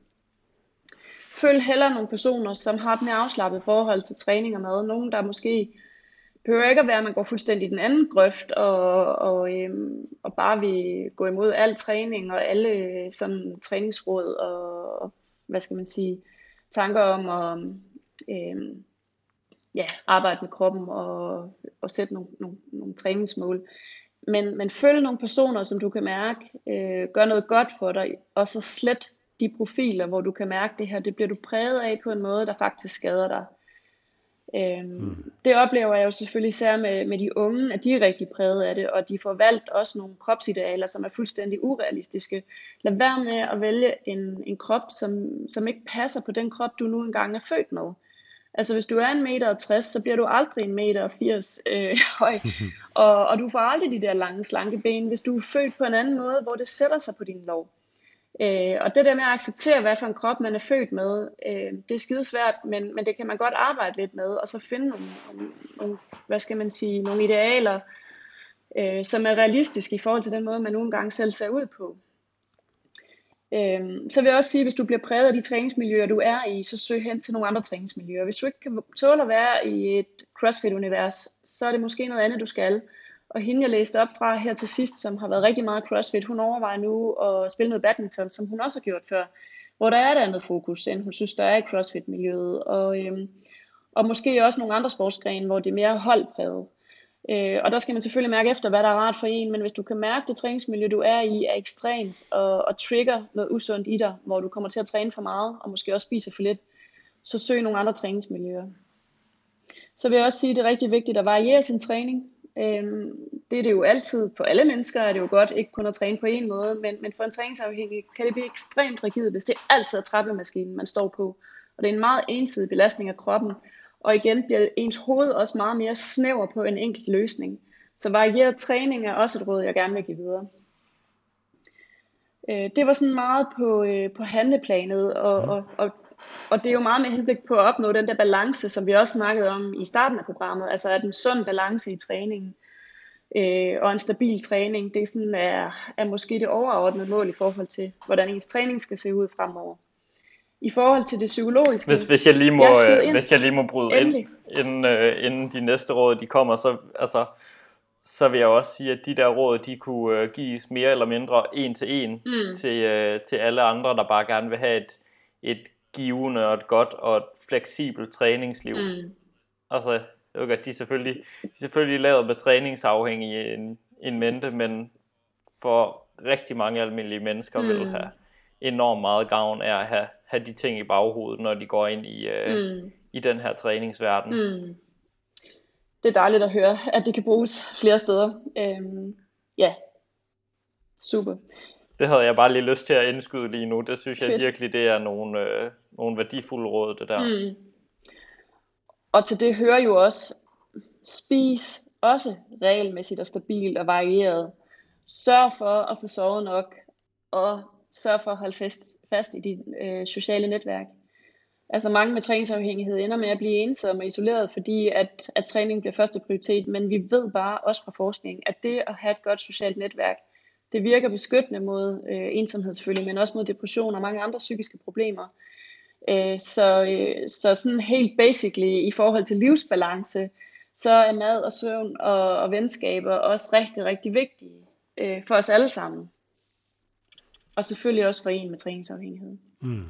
Følg hellere nogle personer, som har et mere afslappet forhold til træning og mad. Nogen, der måske behøver ikke at være, at man går fuldstændig i den anden grøft, og, og, øhm, og bare vil gå imod al træning og alle sådan træningsråd og, og hvad skal man sige, tanker om at øhm, ja, arbejde med kroppen og, og sætte nogle, nogle, nogle træningsmål. Men, men følg nogle personer, som du kan mærke, øh, gør noget godt for dig, og så slet de profiler, hvor du kan mærke det her, det bliver du præget af på en måde, der faktisk skader dig. Øhm, mm. Det oplever jeg jo selvfølgelig især med, med de unge, at de er rigtig præget af det, og de får valgt også nogle kropsidealer, som er fuldstændig urealistiske. Lad være med at vælge en, en krop, som, som ikke passer på den krop, du nu engang er født med. Altså hvis du er en meter og tres, så bliver du aldrig en meter og firs øh, høj, og, og du får aldrig de der lange, slanke ben, hvis du er født på en anden måde, hvor det sætter sig på din lov. Øh, og det der med at acceptere, hvad for en krop man er født med, øh, det er skidesvært, men, men det kan man godt arbejde lidt med, og så finde nogle, nogle, nogle hvad skal man sige, nogle idealer, øh, som er realistisk i forhold til den måde, man nogle gange selv ser ud på. Øhm, så vil jeg også sige, at hvis du bliver præget af de træningsmiljøer, du er i, så søg hen til nogle andre træningsmiljøer. Hvis du ikke kan tåle at være i et CrossFit-univers, så er det måske noget andet, du skal. Og hende, jeg læste op fra her til sidst, som har været rigtig meget CrossFit, hun overvejer nu at spille noget badminton, som hun også har gjort før, hvor der er et andet fokus, end hun synes, der er i CrossFit-miljøet. Og, øhm, og måske også nogle andre sportsgrene, hvor det er mere holdpræget. Øh, og der skal man selvfølgelig mærke efter, hvad der er rart for en, men hvis du kan mærke, det træningsmiljø, du er i, er ekstremt og, og trigger noget usundt i dig, hvor du kommer til at træne for meget, og måske også spiser for lidt, så søg nogle andre træningsmiljøer. Så vil jeg også sige, at det er rigtig vigtigt at variere sin træning. Øh, det er det jo altid, for alle mennesker er det jo godt, ikke kun at træne på en måde, men, men for en træningsafhængig kan det blive ekstremt rigid, hvis det altid er trappemaskinen, man står på. Og det er en meget ensidig belastning af kroppen. Og igen bliver ens hoved også meget mere snæver på en enkelt løsning. Så varieret træning er også et råd, jeg gerne vil give videre. Det var sådan meget på, på handleplanet, og, og, og, og det er jo meget med henblik på at opnå den der balance, som vi også snakkede om i starten af programmet. Altså at en sund balance i træningen og en stabil træning, det sådan er, er måske det overordnede mål i forhold til, hvordan ens træning skal se ud fremover. I forhold til det psykologiske. Hvis, hvis, jeg, lige må, jeg hvis jeg lige må bryde Endelig. ind, inden, øh, inden de næste råd de kommer, så, altså, så vil jeg også sige, at de der råd, de kunne øh, gives mere eller mindre en til en mm. til, øh, til alle andre, der bare gerne vil have et, et givende og et godt og et fleksibelt træningsliv. Mm. Altså, jeg ved godt, de er selvfølgelig, de er selvfølgelig lavet med træningsafhængige en, en mente, men for rigtig mange almindelige mennesker mm. vil have enormt meget gavn af at have, have de ting i baghovedet, når de går ind i, øh, mm. i den her træningsverden. Mm. Det er dejligt at høre, at det kan bruges flere steder. Øhm, ja, super. Det havde jeg bare lige lyst til at indskyde lige nu. Det synes Fedt. jeg virkelig, det er nogle, øh, nogle værdifulde råd, det der. Mm. Og til det hører jo også, spis også regelmæssigt og stabilt og varieret. Sørg for at få sovet nok, og sørg for at holde fast, fast i dit øh, sociale netværk. Altså mange med træningsafhængighed ender med at blive ensomme og isoleret, fordi at, at træning bliver første prioritet, men vi ved bare også fra forskning, at det at have et godt socialt netværk, det virker beskyttende mod øh, ensomhed selvfølgelig, men også mod depression og mange andre psykiske problemer. Øh, så, øh, så sådan helt basically i forhold til livsbalance, så er mad og søvn og, og venskaber også rigtig, rigtig vigtige øh, for os alle sammen. Og selvfølgelig også for en med træningsafhængighed. Mm.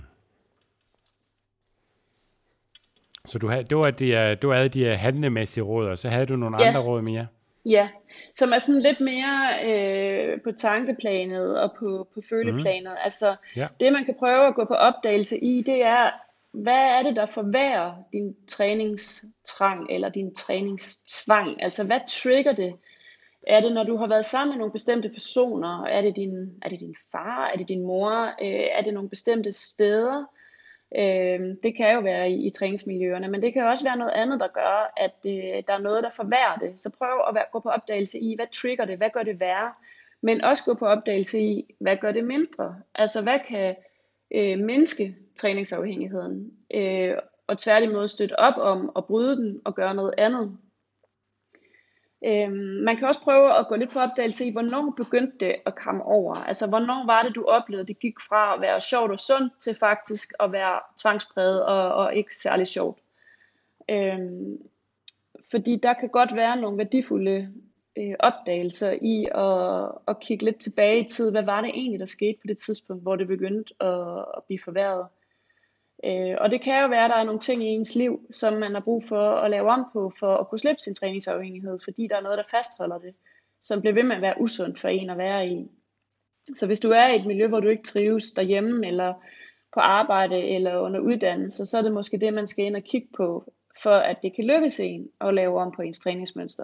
Så du havde, det var de, du havde de handlemæssige råd, og så havde du nogle ja. andre råd mere? Ja, som er sådan lidt mere øh, på tankeplanet og på, på føleplanet. Mm. Altså ja. det man kan prøve at gå på opdagelse i, det er, hvad er det der forværrer din træningstrang eller din træningstvang? Altså hvad trigger det? Er det, når du har været sammen med nogle bestemte personer? Er det din, er det din far? Er det din mor? Øh, er det nogle bestemte steder? Øh, det kan jo være i, i træningsmiljøerne, men det kan også være noget andet, der gør, at øh, der er noget, der forværrer det. Så prøv at være, gå på opdagelse i, hvad trigger det? Hvad gør det værre? Men også gå på opdagelse i, hvad gør det mindre? Altså, hvad kan øh, mindske træningsafhængigheden? Øh, og tværtimod støtte op om at bryde den og gøre noget andet. Øhm, man kan også prøve at gå lidt på opdagelse i, hvornår begyndte det at komme over. Altså hvornår var det, du oplevede, det gik fra at være sjovt og sundt til faktisk at være tvangspræget og, og ikke særlig sjovt. Øhm, fordi der kan godt være nogle værdifulde øh, opdagelser i at, at kigge lidt tilbage i tid. Hvad var det egentlig, der skete på det tidspunkt, hvor det begyndte at, at blive forværret? Øh, og det kan jo være, at der er nogle ting i ens liv, som man har brug for at lave om på, for at kunne slippe sin træningsafhængighed, fordi der er noget, der fastholder det, som bliver ved med at være usundt for en at være i. Så hvis du er i et miljø, hvor du ikke trives derhjemme, eller på arbejde, eller under uddannelse, så er det måske det, man skal ind og kigge på, for at det kan lykkes en at lave om på ens træningsmønster.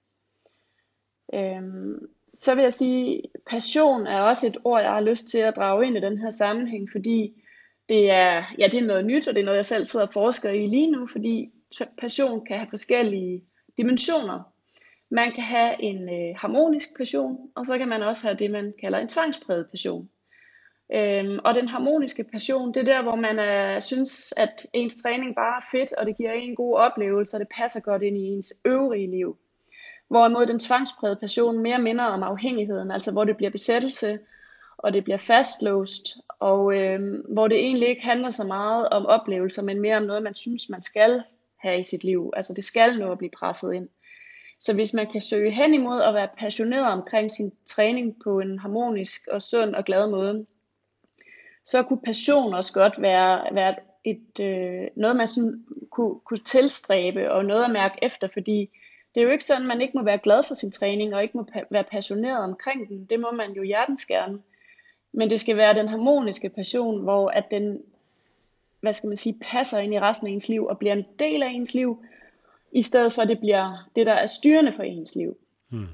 Øhm, så vil jeg sige, passion er også et ord, jeg har lyst til at drage ind i den her sammenhæng, fordi Det er, ja, det er noget nyt, og det er noget, jeg selv sidder og forsker i lige nu, fordi passion kan have forskellige dimensioner. Man kan have en øh, harmonisk passion, og så kan man også have det, man kalder en tvangspræget passion. Øhm, og den harmoniske passion, det er der, hvor man øh, synes, at ens træning bare er fedt, og det giver en god oplevelse, og det passer godt ind i ens øvrige liv. Hvorimod den tvangsprægede passion mere minder om afhængigheden, altså hvor det bliver besættelse, og det bliver fastlåst, og øh, hvor det egentlig ikke handler så meget om oplevelser, men mere om noget, man synes, man skal have i sit liv. Altså det skal nå at blive presset ind. Så hvis man kan søge hen imod at være passioneret omkring sin træning på en harmonisk og sund og glad måde, så kunne passion også godt være, være et, øh, noget, man sådan kunne, kunne tilstræbe og noget at mærke efter, fordi det er jo ikke sådan, at man ikke må være glad for sin træning og ikke må pa- være passioneret omkring den. Det må man jo hjertens gerne. Men det skal være den harmoniske passion, hvor at den, hvad skal man sige, passer ind i resten af ens liv og bliver en del af ens liv, i stedet for at det bliver det, der er styrende for ens liv. Hmm.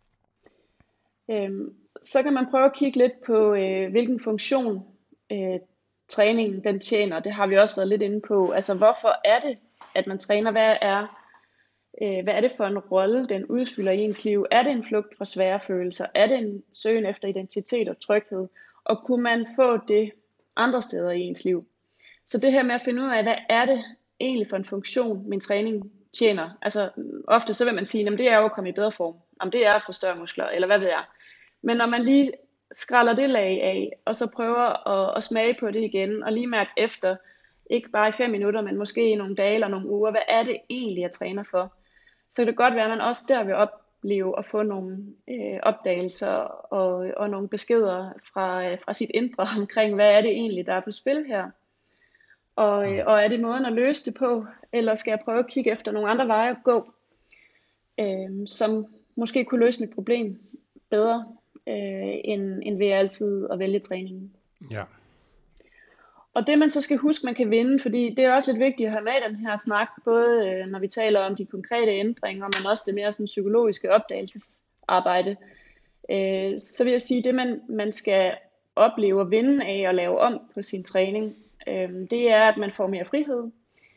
Øhm, så kan man prøve at kigge lidt på, øh, hvilken funktion øh, træningen den tjener. Det har vi også været lidt inde på. Altså, hvorfor er det, at man træner? Hvad er, øh, hvad er det for en rolle, den udfylder i ens liv? Er det en flugt fra svære følelser? Er det en søgen efter identitet og tryghed? Og kunne man få det andre steder i ens liv? Så det her med at finde ud af, hvad er det egentlig for en funktion, min træning tjener. Altså ofte så vil man sige, at det er jo at komme i bedre form. Om det er at få større muskler, eller hvad ved jeg. Men når man lige skræller det lag af, og så prøver at, at smage på det igen, og lige mærke efter, ikke bare i fem minutter, men måske i nogle dage eller nogle uger, hvad er det egentlig, jeg træner for? Så kan det godt være, at man også der vil opleve at få nogle øh, opdagelser og, og nogle beskeder fra, øh, fra sit indre omkring, hvad er det egentlig, der er på spil her? Og, og er det måden at løse det på, eller skal jeg prøve at kigge efter nogle andre veje at gå, øh, som måske kunne løse mit problem bedre, øh, end, end ved altid at vælge træningen. Ja. Og det man så skal huske, man kan vinde, fordi det er også lidt vigtigt at have med i den her snak, både øh, når vi taler om de konkrete ændringer, men også det mere sådan psykologiske opdagelsesarbejde. Øh, så vil jeg sige, at det man, man skal opleve og vinde af at lave om på sin træning, det er, at man får mere frihed,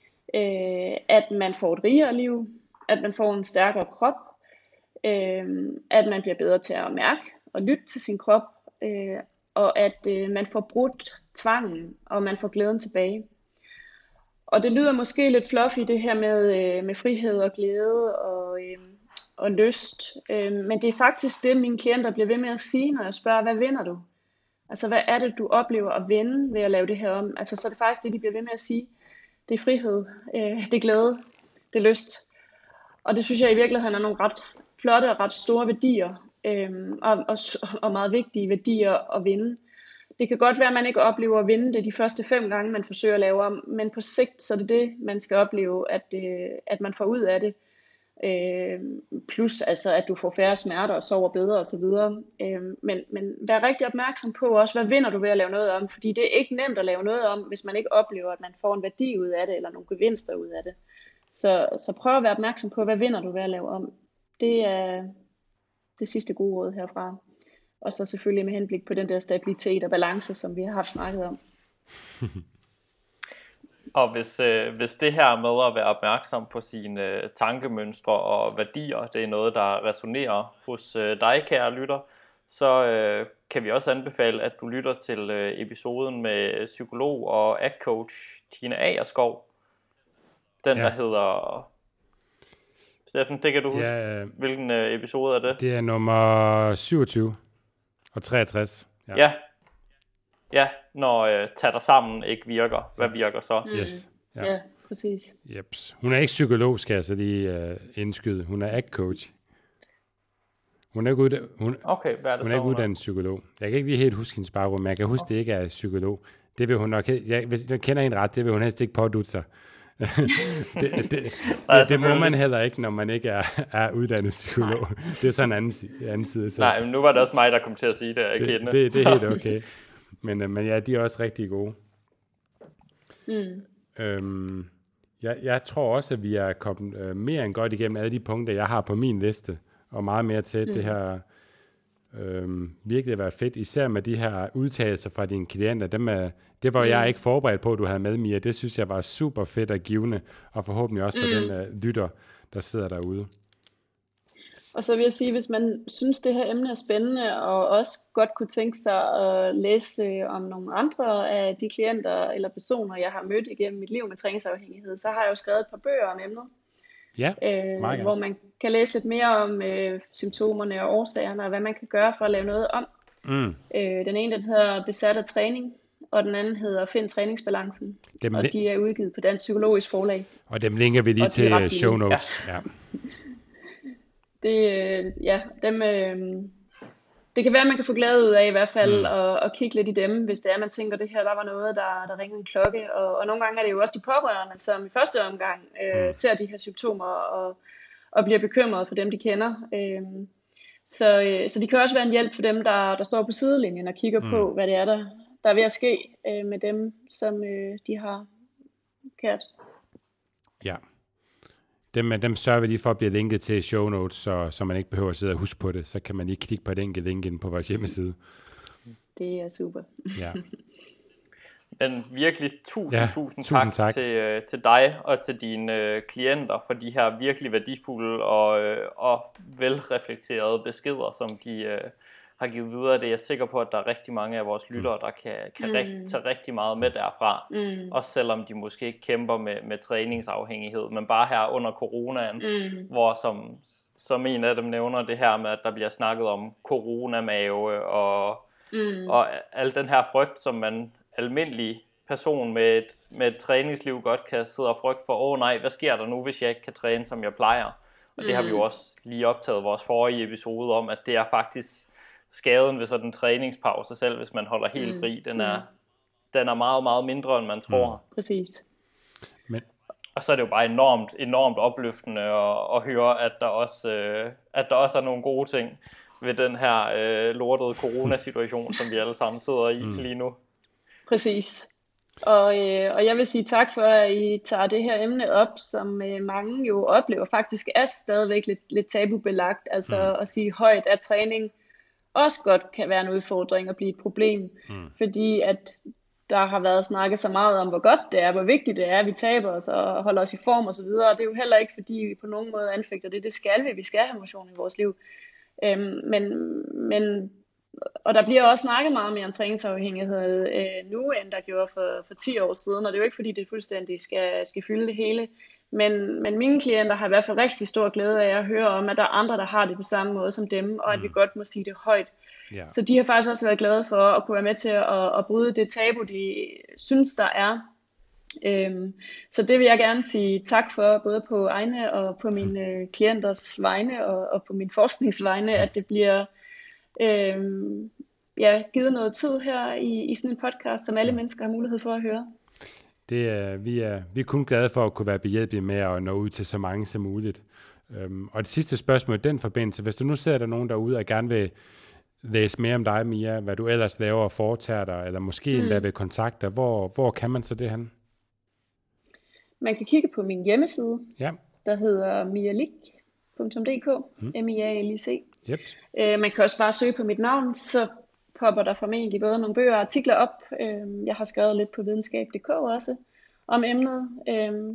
at man får et rigere liv, at man får en stærkere krop, at man bliver bedre til at mærke og lytte til sin krop, og at man får brudt tvangen, og man får glæden tilbage. Og det lyder måske lidt fluffy, det her med, med frihed og glæde og, og lyst, men det er faktisk det, mine klienter bliver ved med at sige, når jeg spørger, hvad vinder du? Altså, hvad er det, du oplever at vinde ved at lave det her om? Altså, så er det faktisk det, de bliver ved med at sige. Det er frihed, øh, det er glæde, det er lyst. Og det synes jeg i virkeligheden er nogle ret flotte og ret store værdier, øh, og, og, og meget vigtige værdier at vinde. Det kan godt være, at man ikke oplever at vinde det de første fem gange, man forsøger at lave om, men på sigt, så er det det, man skal opleve, at, øh, at man får ud af det. Øh, plus altså at du får færre smerter og sover bedre osv. øh, men, men vær rigtig opmærksom på også, hvad vinder du ved at lave noget om, fordi det er ikke nemt at lave noget om, hvis man ikke oplever, at man får en værdi ud af det, eller nogle gevinster ud af det. Så, så prøv at være opmærksom på, hvad vinder du ved at lave om. Det er det sidste gode råd herfra. Og så selvfølgelig med henblik på den der stabilitet og balance, som vi har haft snakket om. Og hvis, øh, hvis det her med at være opmærksom på sine øh, tankemønstre og værdier, det er noget, der resonerer hos øh, dig, kære lytter, så øh, kan vi også anbefale, at du lytter til øh, episoden med psykolog og A C T-coach Tina Agerskov. Den, ja. Der hedder... Steffen, det kan du huske. Ja, øh, Hvilken øh, episode er det? Det er nummer syvogtyve og treogtres. Ja. ja. Ja, når øh, tager dig sammen ikke virker. Hvad virker så? Mm. Yes. Ja. ja, præcis. Jeps. Hun er ikke psykolog, skal jeg så lige uh, indskyde. Hun er A C T-coach. Hun er ikke, udda- hun, okay, hvad er det hun så, er ikke uddannet psykolog. Jeg kan ikke lige helt huske hendes baggrund, men jeg kan huske, okay. det ikke er psykolog. Det vil hun nok... Jeg, hvis jeg kender hende ret, det vil hun helst ikke pådutte sig. det, det, det, Nej, det, det må man heller ikke, når man ikke er, er uddannet psykolog. Nej. Det er sådan en anden, anden side. Så. Nej, men nu var det også mig, der kom til at sige det. Jeg det, det, det er helt okay. Men, men ja, de er også rigtig gode. Mm. Øhm, jeg, jeg tror også, at vi er kommet øh, mere end godt igennem alle de punkter, jeg har på min liste, og meget mere til mm. det her øhm, virkelig været fedt, især med de her udtalelser fra dine klienter. Dem er, det var mm. jeg ikke forberedt på, at du havde med, Mia. Det synes jeg var super fedt og givende, og forhåbentlig også for mm. den øh, lytter, der sidder derude. Og så vil jeg sige, hvis man synes, det her emne er spændende, og også godt kunne tænke sig at læse om nogle andre af de klienter eller personer, jeg har mødt igennem mit liv med træningsafhængighed, så har jeg jo skrevet et par bøger om emnet. Ja, øh, hvor man kan læse lidt mere om øh, symptomerne og årsagerne, og hvad man kan gøre for at lave noget om. Mm. Øh, den ene den hedder Besat af træning, og den anden hedder Find træningsbalancen. Dem og de er udgivet på Dansk Psykologisk Forlag. Og dem linker vi lige og til show notes. Ja. Ja. Det, ja, dem, øh, det kan være, at man kan få glæde ud af i hvert fald, mm. og, og kigge lidt i dem, hvis det er, man tænker, det her, der var noget, der, der ringede en klokke. Og, og nogle gange er det jo også de pårørende, som i første omgang øh, mm. ser de her symptomer og, og bliver bekymret for dem, de kender. Øh, så, øh, så de kan også være en hjælp for dem, der, der står på sidelinjen og kigger mm. på, hvad det er, der, der er ved at ske øh, med dem, som øh, de har kært. Ja. Dem, dem sørger vi lige for at blive linket til show notes, så, så man ikke behøver at sidde og huske på det. Så kan man lige klikke på et enkelt link ind på vores hjemmeside. Det er super. Ja. Men virkelig tusind, ja, tusind, tusind tak, tak. Til, til dig og til dine øh, klienter for de her virkelig værdifulde og, øh, og velreflekterede beskeder, som de øh, har givet videre. Det er jeg sikker på, at der er rigtig mange af vores lyttere, der kan, kan mm. rigt, tage rigtig meget med derfra. Mm. Også selvom de måske ikke kæmper med, med træningsafhængighed, men bare her under coronaen, mm. hvor som, som en af dem nævner det her med, at der bliver snakket om coronamave og, mm. og al den her frygt, som man almindelig person med et, med et træningsliv godt kan sidde og frygte for, åh nej, hvad sker der nu, hvis jeg ikke kan træne, som jeg plejer? Og det mm. har vi jo også lige optaget vores forrige episode om, at det er faktisk skaden ved sådan en træningspause, selv hvis man holder helt mm. fri, den er, mm. den er meget, meget mindre, end man tror. Mm. Præcis. Men. Og så er det jo bare enormt, enormt opløftende at, at høre, at der, også, øh, at der også er nogle gode ting ved den her øh, lortede coronasituation, som vi alle sammen sidder i mm. lige nu. Præcis. Og, øh, og jeg vil sige tak for, at I tager det her emne op, som øh, mange jo oplever faktisk er stadigvæk lidt, lidt tabubelagt. Altså mm. at sige højt, at træning også godt kan være en udfordring og blive et problem. Mm. Fordi at der har været snakket så meget om, hvor godt det er, hvor vigtigt det er, at vi taber os og holder os i form og så videre. Og det er jo heller ikke, fordi vi på nogen måde anfægter det. Det skal vi. Vi skal have motion i vores liv. Øhm, men, men Og der bliver også snakket meget mere om træningsafhængighed øh, nu, end der gjorde for, for ti år siden, og det er jo ikke fordi, det fuldstændig skal, skal fylde det hele. Men, men mine klienter har i hvert fald rigtig stor glæde af at høre om, at der er andre, der har det på samme måde som dem, og at mm. vi godt må sige det højt. Yeah. Så de har faktisk også været glade for at kunne være med til at, at bryde det tabu, de synes, der er. Øhm, så det vil jeg gerne sige tak for, både på egne og på mine øh, klienters vegne, og, og på min forskningsvegne, at det bliver Øhm, ja, givet noget tid her i, i sådan en podcast, som alle mennesker har mulighed for at høre. Det er, vi, er, vi er kun glade for at kunne være behjælpelige med at nå ud til så mange som muligt. Øhm, og det sidste spørgsmål i den forbindelse, hvis du nu ser der nogen derude og gerne vil læse mere om dig, Mia, hvad du ellers laver og foretager dig, eller måske mm. endda vil kontakte dig, hvor, hvor kan man så det hen? Man kan kigge på min hjemmeside, ja. der hedder mialik punktum d k, mm. M I A L I C. Yep. Øh, man kan også bare søge på mit navn, så popper der formentlig både nogle bøger og artikler op. Øh, jeg har skrevet lidt på videnskab punktum d k også om emnet. Øh,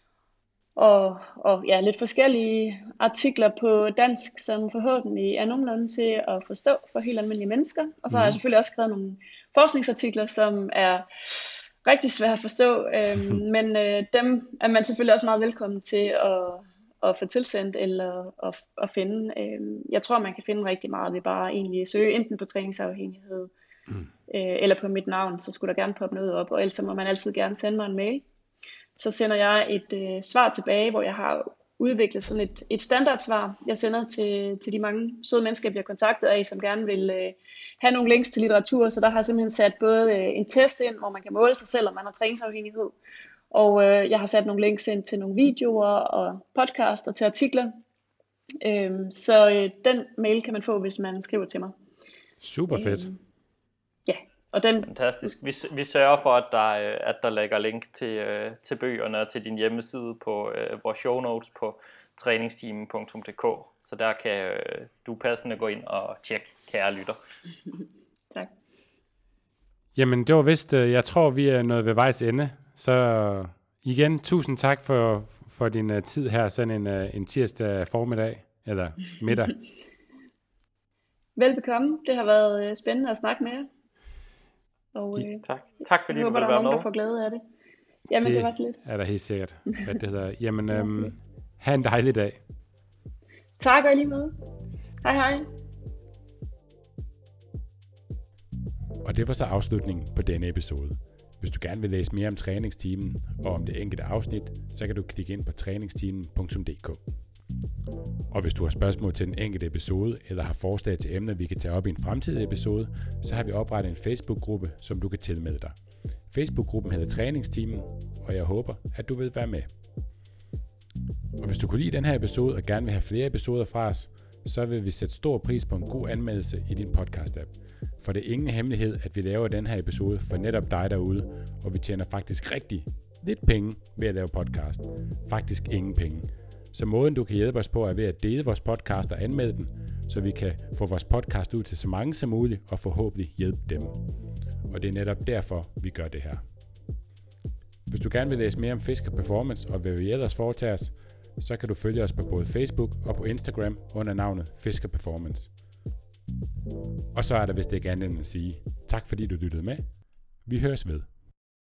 og, og ja, lidt forskellige artikler på dansk, som forhåbentlig er nogenlunde til at forstå for helt almindelige mennesker. Og så har mm. jeg selvfølgelig også skrevet nogle forskningsartikler, som er rigtig svære at forstå. Øh, men øh, dem er man selvfølgelig også meget velkommen til at at få tilsendt eller at, at finde. Jeg tror, man kan finde rigtig meget ved bare egentlig søge enten på træningsafhængighed mm. eller på mit navn, så skulle der gerne poppe noget op, og ellers må man altid gerne sende mig en mail. Så sender jeg et øh, svar tilbage, hvor jeg har udviklet sådan et, et standardsvar, jeg sender til, til de mange søde mennesker, jeg bliver kontaktet af, som gerne vil øh, have nogle links til litteratur, så der har jeg simpelthen sat både øh, en test ind, hvor man kan måle sig selv, om man har træningsafhængighed, og øh, jeg har sat nogle links ind til nogle videoer og podcaster til artikler. Øhm, så øh, den mail kan man få, hvis man skriver til mig. Super fedt. Øhm, ja, og den... Fantastisk. Vi, vi sørger for, at der, at der lægger link til, øh, til bøgerne og til din hjemmeside på øh, vores show notes på træningsteamen punktum d k. Så der kan øh, du passende gå ind og tjekke, kære lytter. Tak. Jamen, det var vist, jeg tror, vi er nået ved vejs ende. Så igen, tusind tak for, for din uh, tid her, sådan en, uh, en tirsdag formiddag, eller middag. Velbekomme. Det har været uh, spændende at snakke med jer. Og, uh, tak. Tak fordi du ville være med. Jeg håber, der er nogen, der får glæde af det. Jamen, det, det var så lidt. Er der helt sikkert, hvad det hedder. Jamen, um, Ha' en dejlig dag. Tak og lige med. Hej hej. Og det var så afslutningen på denne episode. Hvis du gerne vil læse mere om træningsteamen og om det enkelte afsnit, så kan du klikke ind på træningsteamen punktum d k. Og hvis du har spørgsmål til den enkelte episode, eller har forslag til emner, vi kan tage op i en fremtidig episode, så har vi oprettet en Facebook-gruppe, som du kan tilmelde dig. Facebook-gruppen hedder Træningsteamen, og jeg håber, at du vil være med. Og hvis du kunne lide den her episode og gerne vil have flere episoder fra os, så vil vi sætte stor pris på en god anmeldelse i din podcast-app. For det er ingen hemmelighed, at vi laver den her episode for netop dig derude, og vi tjener faktisk rigtig lidt penge ved at lave podcast. Faktisk ingen penge. Så måden du kan hjælpe os på er ved at dele vores podcast og anmelde den, så vi kan få vores podcast ud til så mange som muligt og forhåbentlig hjælpe dem. Og det er netop derfor, vi gør det her. Hvis du gerne vil læse mere om Fisker Performance og hvad vi ellers foretager os, så kan du følge os på både Facebook og på Instagram under navnet Fisker Performance. Og så er der vist ikke andet end at sige tak fordi du lyttede med. Vi høres ved.